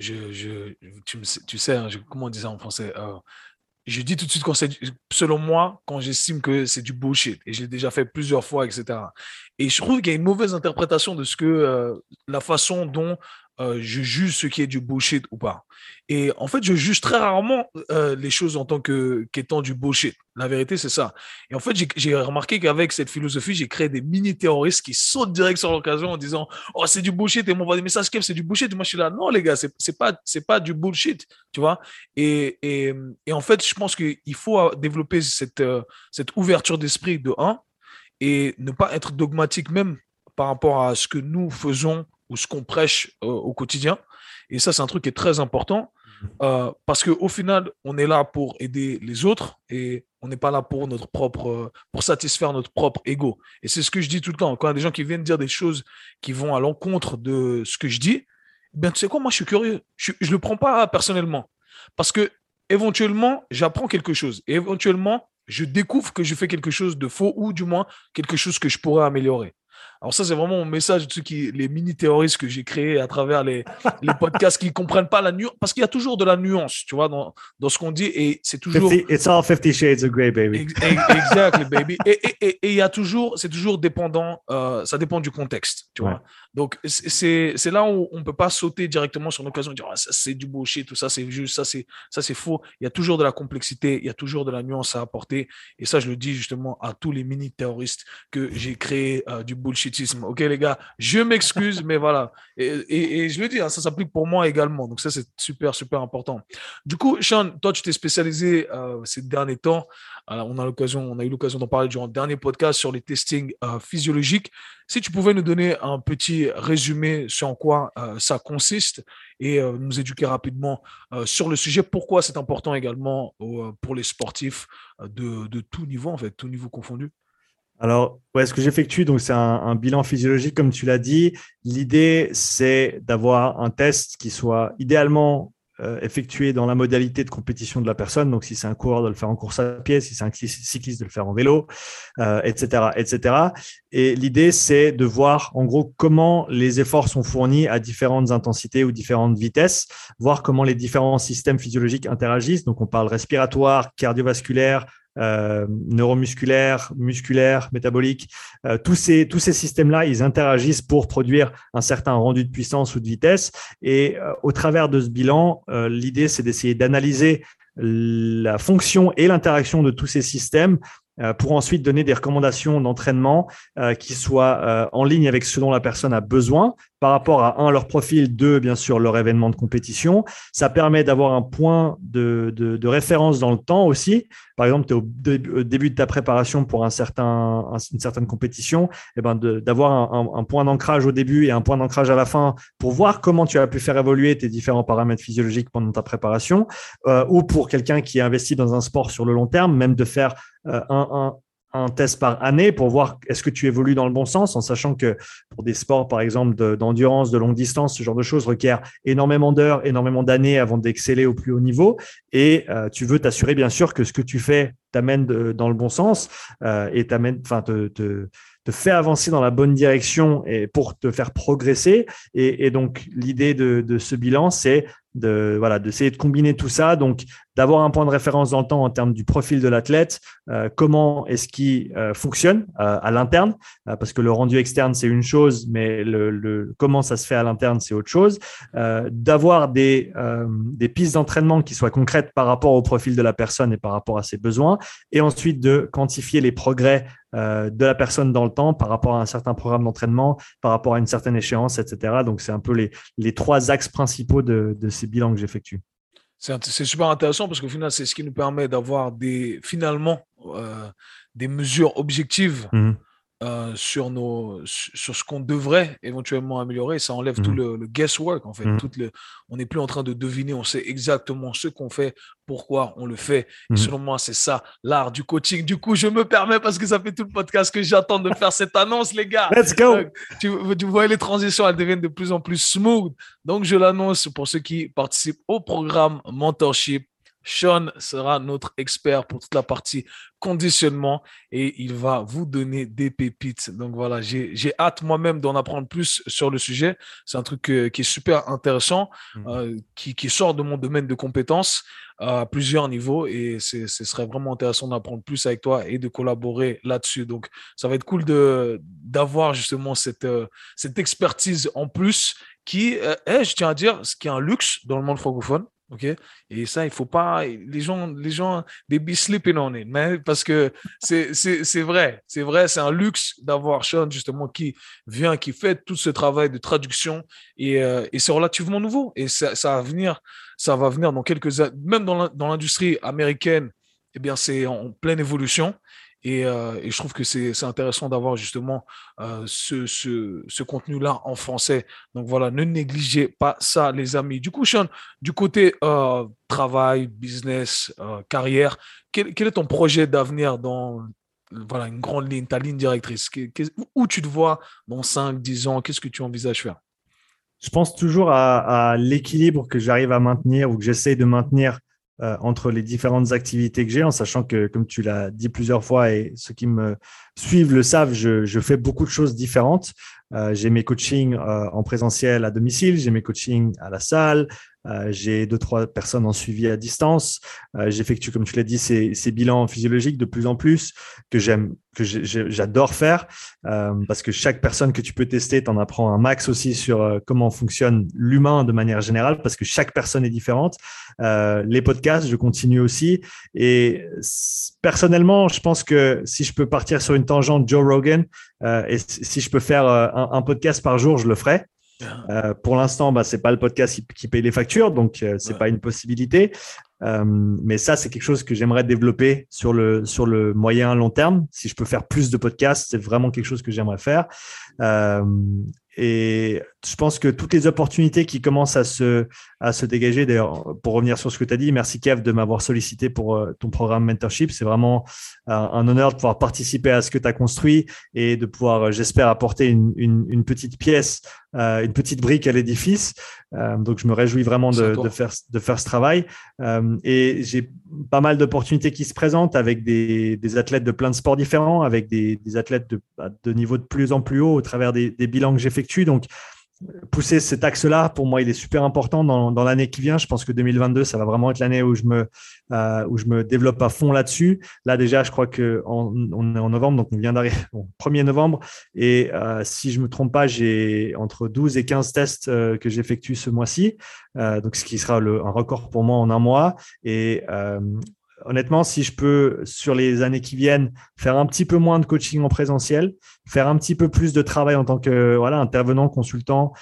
tu sais, hein, comment on dit ça en français? Je dis tout de suite selon moi, quand j'estime que c'est du bullshit, et j'ai déjà fait plusieurs fois, etc. Et je trouve qu'il y a une mauvaise interprétation de ce que la façon dont je juge ce qui est du bullshit ou pas. Et en fait, je juge très rarement les choses en tant qu'étant du bullshit. La vérité, c'est ça. Et en fait, j'ai remarqué qu'avec cette philosophie, j'ai créé des mini-terroristes qui sautent direct sur l'occasion en disant oh, c'est du bullshit. Et m'envoient des messages, Kev, c'est du bullshit. Et moi, je suis là, non, les gars, c'est pas du bullshit. Tu vois? Et en fait, je pense qu'il faut développer cette ouverture d'esprit de un et ne pas être dogmatique même par rapport à ce que nous faisons ou ce qu'on prêche au quotidien. Et ça, c'est un truc qui est très important parce qu'au final, on est là pour aider les autres et on n'est pas là pour pour satisfaire notre propre ego. Et c'est ce que je dis tout le temps. Quand il y a des gens qui viennent dire des choses qui vont à l'encontre de ce que je dis, ben, tu sais quoi, moi, je suis curieux. Je le prends pas personnellement parce que éventuellement, j'apprends quelque chose et éventuellement, je découvre que je fais quelque chose de faux ou du moins quelque chose que je pourrais améliorer. Alors ça, c'est vraiment mon message de ceux les mini-théoristes que j'ai créés à travers les podcasts qui ne comprennent pas la nuance. Parce qu'il y a toujours de la nuance, tu vois, dans ce qu'on dit. Et c'est toujours... It's all 50 shades of grey, baby. Exactly, baby. Et il y a toujours... C'est toujours dépendant... ça dépend du contexte, tu vois. Donc, c'est là où on ne peut pas sauter directement sur l'occasion de dire ah, ça, c'est du bullshit, tout ça, c'est juste, ça, c'est faux. Il y a toujours de la complexité, il y a toujours de la nuance à apporter. Et ça, je le dis justement à tous les mini-terroristes que j'ai créé du bullshitisme. OK, les gars, je m'excuse, mais voilà. Et je le dis, hein, ça s'applique pour moi également. Donc, ça, c'est super, super important. Du coup, Sean, toi, tu t'es spécialisé ces derniers temps. On a eu l'occasion d'en parler durant le dernier podcast sur les testings physiologiques. Si tu pouvais nous donner un petit résumé sur en quoi ça consiste et nous éduquer rapidement sur le sujet, pourquoi c'est important également pour les sportifs de tout niveau, en fait, tout niveau confondu. Alors, ouais, ce que j'effectue, donc c'est un bilan physiologique, comme tu l'as dit. L'idée, c'est d'avoir un test qui soit idéalement effectué dans la modalité de compétition de la personne. Donc, si c'est un coureur, de le faire en course à pied, si c'est un cycliste, de le faire en vélo, etc., etc. Et l'idée, c'est de voir en gros comment les efforts sont fournis à différentes intensités ou différentes vitesses, voir comment les différents systèmes physiologiques interagissent. Donc, on parle respiratoire, cardiovasculaire, neuromusculaire, musculaire, métabolique. Tous ces systèmes-là, ils interagissent pour produire un certain rendu de puissance ou de vitesse. Et au travers de ce bilan, l'idée, c'est d'essayer d'analyser la fonction et l'interaction de tous ces systèmes pour ensuite donner des recommandations d'entraînement qui soient en ligne avec ce dont la personne a besoin par rapport à, un, leur profil, deux, bien sûr, leur événement de compétition. Ça permet d'avoir un point de référence dans le temps aussi. Par exemple, tu es au début de ta préparation pour une certaine compétition, et ben d'avoir un point d'ancrage au début et un point d'ancrage à la fin pour voir comment tu as pu faire évoluer tes différents paramètres physiologiques pendant ta préparation, ou pour quelqu'un qui est investi dans un sport sur le long terme, même de faire un test par année pour voir est-ce que tu évolues dans le bon sens, en sachant que pour des sports, par exemple, d'endurance, de longue distance, ce genre de choses requiert énormément d'heures, énormément d'années avant d'exceller au plus haut niveau. Et tu veux t'assurer, bien sûr, que ce que tu fais t'amène dans le bon sens et te fait avancer dans la bonne direction et pour te faire progresser. Et donc, l'idée de ce bilan, c'est d'essayer de combiner tout ça, donc d'avoir un point de référence dans le temps en termes du profil de l'athlète, comment est-ce qu'il fonctionne à l'interne, parce que le rendu externe, c'est une chose, mais comment ça se fait à l'interne, c'est autre chose. D'avoir des pistes d'entraînement qui soient concrètes par rapport au profil de la personne et par rapport à ses besoins, et ensuite de quantifier les progrès de la personne dans le temps par rapport à un certain programme d'entraînement, par rapport à une certaine échéance, etc. Donc, c'est un peu les trois axes principaux de ces bilans que j'effectue. C'est super intéressant parce qu'au final, c'est ce qui nous permet d'avoir finalement des mesures objectives sur ce qu'on devrait éventuellement améliorer. Ça enlève tout le guesswork, en fait. On n'est plus en train de deviner, on sait exactement ce qu'on fait, pourquoi on le fait. Et selon moi, c'est ça, l'art du coaching. Du coup, je me permets, parce que ça fait tout le podcast que j'attends de faire cette annonce, les gars. Let's go! Tu vois, les transitions, elles deviennent de plus en plus smooth. Donc, je l'annonce pour ceux qui participent au programme Mentorship. Sean sera notre expert pour toute la partie conditionnement et il va vous donner des pépites. Donc voilà, j'ai hâte moi-même d'en apprendre plus sur le sujet. C'est un truc qui est super intéressant, qui sort de mon domaine de compétences à plusieurs niveaux et ce serait vraiment intéressant d'apprendre plus avec toi et de collaborer là-dessus. Donc ça va être cool d'avoir justement cette expertise en plus qui est, je tiens à dire, ce qui est un luxe dans le monde francophone. OK? Et ça, il faut pas. Les gens, they be sleeping on it, man, parce que c'est vrai. C'est vrai, c'est un luxe d'avoir Sean, justement, qui vient, qui fait tout ce travail de traduction. Et c'est relativement nouveau. Et ça va venir dans quelques années. Même dans l'industrie américaine, eh bien, c'est en pleine évolution. Et je trouve que c'est intéressant d'avoir justement ce contenu-là en français. Donc voilà, ne négligez pas ça, les amis. Du coup, Sean, du côté travail, business, carrière, quel est ton projet d'avenir dans voilà, une grande ligne, ta ligne directrice? Où tu te vois dans 5, 10 ans? Qu'est-ce que tu envisages faire? Je pense toujours à l'équilibre que j'arrive à maintenir ou que j'essaye de maintenir entre les différentes activités que j'ai, en sachant que, comme tu l'as dit plusieurs fois et ceux qui me suivent le savent, je fais beaucoup de choses différentes. J'ai mes coachings en présentiel à domicile, j'ai mes coachings à la salle, j'ai deux, trois personnes en suivi à distance. J'effectue, comme tu l'as dit, ces bilans physiologiques de plus en plus que j'adore faire parce que chaque personne que tu peux tester, tu en apprends un max aussi sur comment fonctionne l'humain de manière générale parce que chaque personne est différente. Les podcasts, je continue aussi. Et personnellement, je pense que si je peux partir sur une tangente Joe Rogan et si je peux faire un podcast par jour, je le ferai. Pour l'instant, bah, c'est pas le podcast qui paye les factures, donc c'est Ouais. pas une possibilité. Mais ça, c'est quelque chose que j'aimerais développer sur le moyen long terme. Si je peux faire plus de podcasts, c'est vraiment quelque chose que j'aimerais faire. Euh, et je pense que toutes les opportunités qui commencent à se dégager, d'ailleurs, pour revenir sur ce que tu as dit, merci Kev de m'avoir sollicité pour ton programme Mentorship. C'est vraiment un honneur de pouvoir participer à ce que tu as construit et de pouvoir, j'espère, apporter une petite pièce, une petite brique à l'édifice. Donc, je me réjouis vraiment C'est à de toi. faire ce travail. Et j'ai pas mal d'opportunités qui se présentent avec des athlètes de plein de sports différents, avec des athlètes de niveau de plus en plus haut au travers des bilans que j'effectue. Donc, pousser cet axe-là, pour moi, il est super important dans l'année qui vient. Je pense que 2022, ça va vraiment être l'année où je me développe à fond là-dessus. Là, déjà, je crois qu'on est en novembre, donc on vient d'arriver au 1er novembre. Et si je ne me trompe pas, j'ai entre 12 et 15 tests que j'effectue ce mois-ci, donc ce qui sera un record pour moi en un mois. Et honnêtement, si je peux, sur les années qui viennent, faire un petit peu moins de coaching en présentiel, faire un petit peu plus de travail en tant que voilà, intervenant, consultant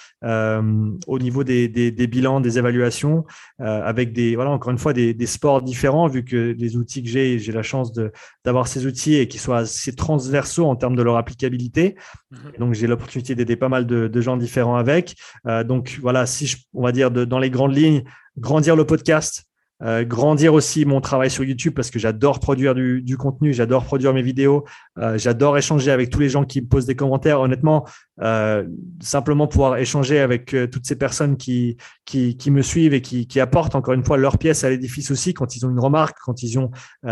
au niveau des bilans, des évaluations, avec encore une fois, des sports différents, vu que les outils que j'ai la chance d'avoir ces outils et qu'ils soient assez transversaux en termes de leur applicabilité. Mhm. Et donc, j'ai l'opportunité d'aider pas mal de gens différents avec. Donc, voilà, on va dire, dans les grandes lignes, grandir le podcast, grandir aussi mon travail sur YouTube parce que j'adore produire du contenu, j'adore produire mes vidéos, j'adore échanger avec tous les gens qui me posent des commentaires. Honnêtement, simplement pouvoir échanger avec toutes ces personnes qui me suivent et qui apportent encore une fois leur pièce à l'édifice aussi quand ils ont une remarque, quand ils ont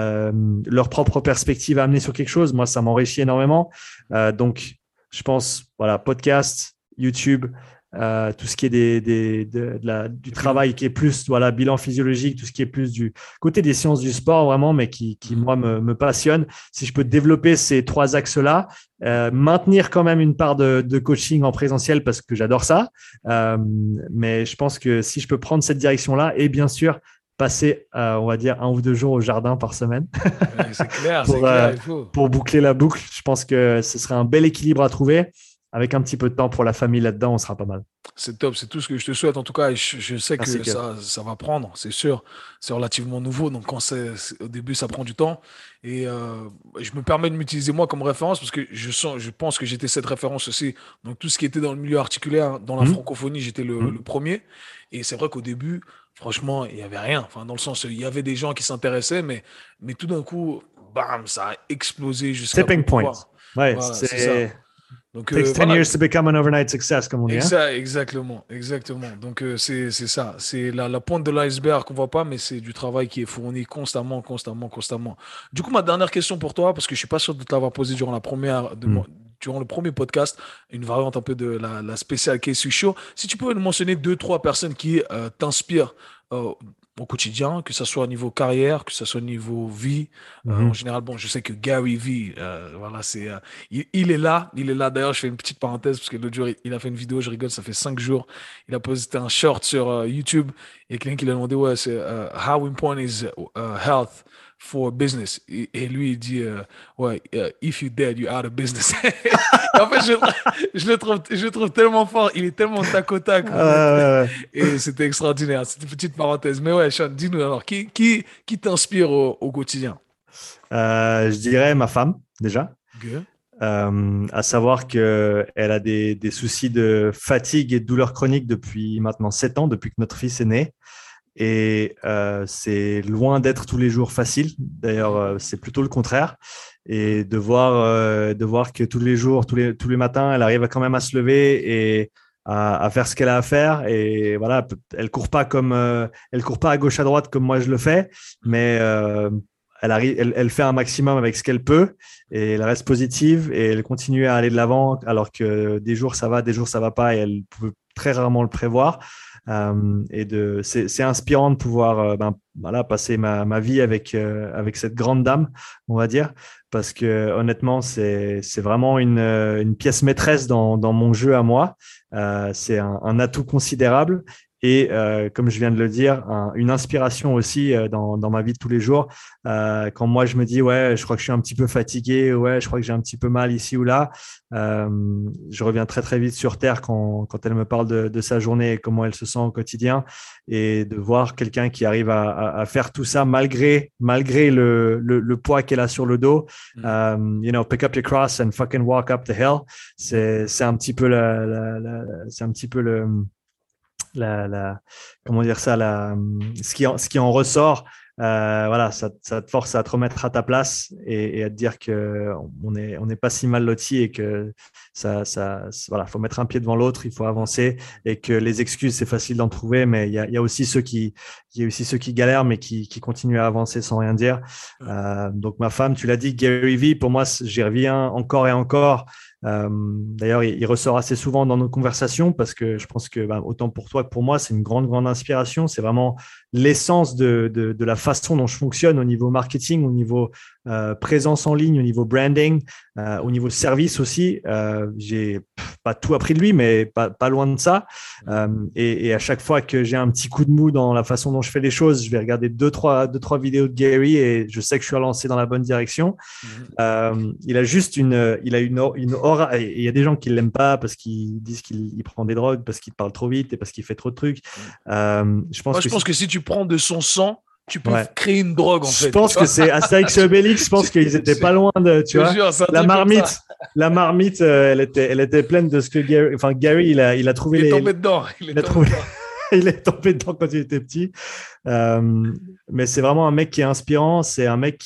leur propre perspective à amener sur quelque chose. Moi, ça m'enrichit énormément. Donc, je pense, voilà, podcast, YouTube, tout ce qui est du Et puis, non. travail qui est plus voilà, bilan physiologique, tout ce qui est plus du côté des sciences du sport vraiment, mais qui Mhm. moi, me passionne. Si je peux développer ces trois axes-là, maintenir quand même une part de coaching en présentiel parce que j'adore ça. Mais je pense que si je peux prendre cette direction-là et bien sûr, passer, on va dire, 1 ou 2 jours au jardin par semaine Ouais, c'est pour, clair, il faut. pour boucler la boucle. Je pense que ce serait un bel équilibre à trouver. Avec un petit peu de temps pour la famille là-dedans, on sera pas mal. C'est top, c'est tout ce que je te souhaite en tout cas. Et je sais Merci, que Kev. ça va prendre, c'est sûr. C'est relativement nouveau, donc au début, ça prend du temps. Et je me permets de m'utiliser moi comme référence parce que je pense que j'étais cette référence aussi. Donc tout ce qui était dans le milieu articulaire, dans la Hum, francophonie, j'étais le hum. premier. Et c'est vrai qu'au début, franchement, il n'y avait rien. Enfin, dans le sens, il y avait des gens qui s'intéressaient, mais tout d'un coup, bam, ça a explosé jusqu'à Tipping plus point. pouvoir. Ouais, Voilà, c'est ça. c'est Donc takes 10 voilà. years to become an overnight success, comme on dit. Hein? Exactement, exactement. Donc c'est ça, c'est la pointe de l'iceberg qu'on voit pas, mais c'est du travail qui est fourni constamment, constamment, constamment. Du coup, ma dernière question pour toi, parce que je suis pas sûr de te l'avoir posée Hum. durant le premier podcast, une variante un peu de la spéciale Case Show. Si tu pouvais nous mentionner deux, trois personnes qui t'inspirent, au quotidien, que ce soit au niveau carrière, que ce soit au niveau vie. En Mhm. général, bon, je sais que Gary Vee, voilà, il est là. Il est là. D'ailleurs, je fais une petite parenthèse parce que l'autre jour, il a fait une vidéo, je rigole, ça fait 5 jours. Il a posté un short sur YouTube. Il y a quelqu'un qui lui a demandé, ouais, c'est How important is health for business? Et lui, il dit, ouais, if you're dead, you're out of business. Et en fait, je le trouve tellement fort. Il est tellement tac au tac, en fait. Ouais, ouais. Et c'était extraordinaire. C'était une petite parenthèse. Mais ouais, Sean, dis-nous alors, qui t'inspire au quotidien? Je dirais ma femme, déjà. Good. À savoir qu'elle a des soucis de fatigue et de douleurs chroniques depuis maintenant 7 ans, depuis que notre fils est né. Et c'est loin d'être tous les jours facile. D'ailleurs, c'est plutôt le contraire. Et de voir que tous les jours, tous les matins, elle arrive quand même à se lever et à faire ce qu'elle a à faire. Et voilà, elle court pas à gauche à droite comme moi je le fais, mais elle arrive, elle fait un maximum avec ce qu'elle peut et elle reste positive et elle continue à aller de l'avant alors que des jours ça va, des jours ça va pas et elle peut très rarement le prévoir. C'est inspirant de pouvoir voilà, passer ma vie avec cette grande dame, on va dire, parce que honnêtement, c'est vraiment une pièce maîtresse dans mon jeu à moi. C'est un atout considérable. Et comme je viens de le dire, une inspiration aussi dans ma vie de tous les jours. Quand moi je me dis ouais, je crois que je suis un petit peu fatigué, ouais, je crois que j'ai un petit peu mal ici ou là, euh, je reviens très très vite sur terre quand elle me parle de sa journée et comment elle se sent au quotidien et de voir quelqu'un qui arrive à faire tout ça malgré le poids qu'elle a sur le dos. Mhm. Pick up your cross and fucking walk up the hill. C'est un petit peu c'est un petit peu comment dire ça, ce qui en ressort. Voilà, ça te force à te remettre à ta place et à te dire que on n'est pas si mal loti et que voilà, faut mettre un pied devant l'autre, il faut avancer et que les excuses, c'est facile d'en trouver, mais il y a aussi il y a aussi ceux qui galèrent, mais qui continuent à avancer sans rien dire. Donc ma femme, tu l'as dit, Gary Vee, pour moi, j'y reviens encore et encore. D'ailleurs, il ressort assez souvent dans nos conversations parce que je pense que autant pour toi que pour moi, c'est une grande, grande inspiration. C'est vraiment l'essence de la façon dont je fonctionne au niveau marketing, au niveau présence en ligne, au niveau branding, au niveau service aussi. J'ai pas tout appris de lui, mais pas loin de ça. Et à chaque fois que j'ai un petit coup de mou dans la façon dont je fais les choses, je vais regarder deux, trois vidéos de Gary et je sais que je suis lancé dans la bonne direction. Mhm. Il a une aura. Et il y a des gens qui l'aiment pas parce qu'ils disent qu'il prend des drogues, parce qu'il parle trop vite et parce qu'il fait trop de trucs. Je pense Moi, je que pense si, que si tu prends de son sang, tu peux ouais, créer une drogue, en je fait. pense Tu que vois? c'est Astérix et Obélix. Je pense qu'ils étaient Je pas loin de, tu te vois, jure, c'est un la truc comme ça. marmite. La marmite, elle était pleine de ce que Gary. Enfin, Gary, il a trouvé Il est tombé dedans. Il est il a tombé trouvé, dedans. il est tombé dedans quand il était petit. Mais c'est vraiment un mec qui est inspirant. C'est un mec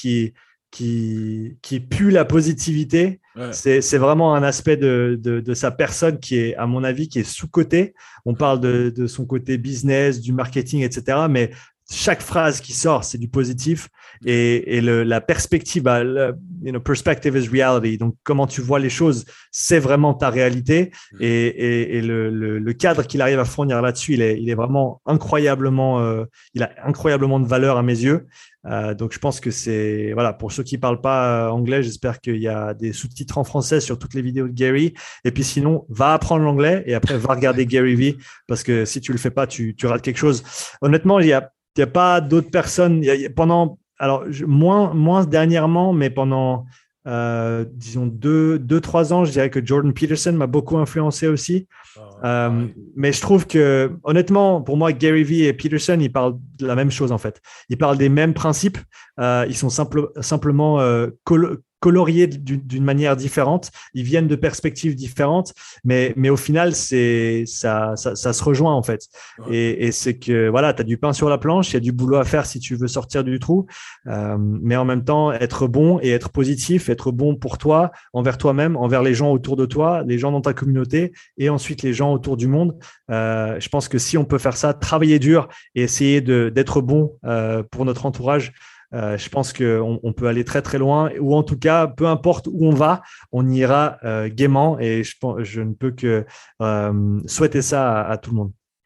qui pue la positivité. Ouais. C'est vraiment un aspect de sa personne qui est, à mon avis, qui est sous-coté. On parle de son côté business, du marketing, etc. Mais chaque phrase qui sort, c'est du positif. Et la perspective, perspective is reality. Donc, comment tu vois les choses, c'est vraiment ta réalité. Et le cadre qu'il arrive à fournir là-dessus, il est vraiment incroyablement, il a incroyablement de valeur à mes yeux. Donc, je pense que c'est, voilà, pour ceux qui parlent pas anglais, j'espère qu'il y a des sous-titres en français sur toutes les vidéos de Gary. Et puis, sinon, va apprendre l'anglais et après, va regarder Gary Vee parce que si tu le fais pas, tu rates quelque chose. Honnêtement, il y a pas d'autres personnes. Pendant, alors, moins dernièrement, mais pendant, disons, 3 ans, je dirais que Jordan Peterson m'a beaucoup influencé aussi. Pareil. Mais je trouve que, honnêtement, pour moi, Gary Vee et Peterson, ils parlent de la même chose, en fait. Ils parlent des mêmes principes. Ils sont simplement coloriés d'une manière différente. Ils viennent de perspectives différentes, mais au final, ça se rejoint, en fait. Ouais. Et c'est que, voilà, tu as du pain sur la planche, il y a du boulot à faire si tu veux sortir du trou. Mais en même temps, être bon et être positif, être bon pour toi, envers toi-même, envers les gens autour de toi, les gens dans ta communauté et ensuite les gens autour du monde. Je pense que si on peut faire ça, travailler dur et essayer d'être bon pour notre entourage, je pense qu'on peut aller très très loin, ou en tout cas, peu importe où on va, on ira gaiement et je ne peux que souhaiter ça à tout le monde.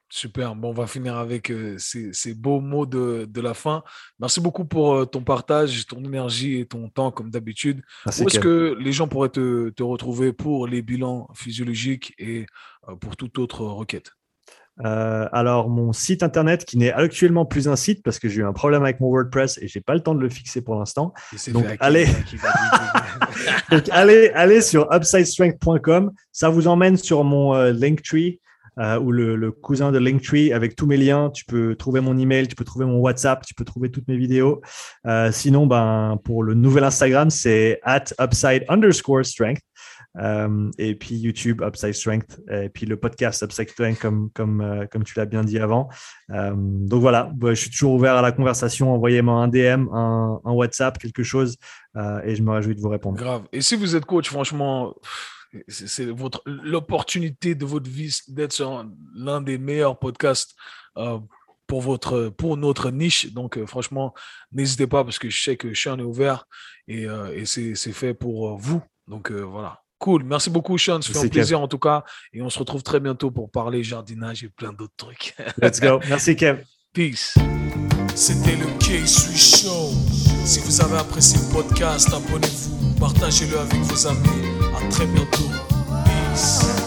Super. Bon, on va finir avec ces beaux mots de la fin. Merci beaucoup pour ton partage, ton énergie et ton temps, comme d'habitude. Merci, Où est-ce Kev. que les gens pourraient te retrouver pour les bilans physiologiques et pour toute autre requête? Alors, mon site internet, qui n'est actuellement plus un site parce que j'ai eu un problème avec mon WordPress et j'ai pas le temps de le fixer pour l'instant. Il s'est fait Donc, hacker, il qui va donc allez sur upsidestrength.com. Ça vous emmène sur mon Linktree ou le cousin de Linktree avec tous mes liens. Tu peux trouver mon email, tu peux trouver mon WhatsApp, tu peux trouver toutes mes vidéos. Sinon, pour le nouvel Instagram, c'est @upside_strength. Et puis YouTube, Upside Strength, et puis le podcast Upside Strength, comme tu l'as bien dit avant. Donc voilà, je suis toujours ouvert à la conversation. Envoyez-moi un DM, un WhatsApp, quelque chose, et je me réjouis de vous répondre. grave. Et si vous êtes coach, franchement, c'est l'opportunité de votre vie d'être sur l'un des meilleurs podcasts euh, pour notre niche. Donc, franchement, n'hésitez pas parce que je sais que Sean est ouvert et c'est fait pour vous. Donc, voilà. Cool. Merci beaucoup, Sean. Ça fait un Merci, Kev. plaisir en tout cas. Et on se retrouve très bientôt pour parler jardinage et plein d'autres trucs. Let's go. Merci, Kev. Peace. C'était le K-Sui Show. Si vous avez apprécié le podcast, abonnez-vous, partagez-le avec vos amis. À très bientôt. Peace.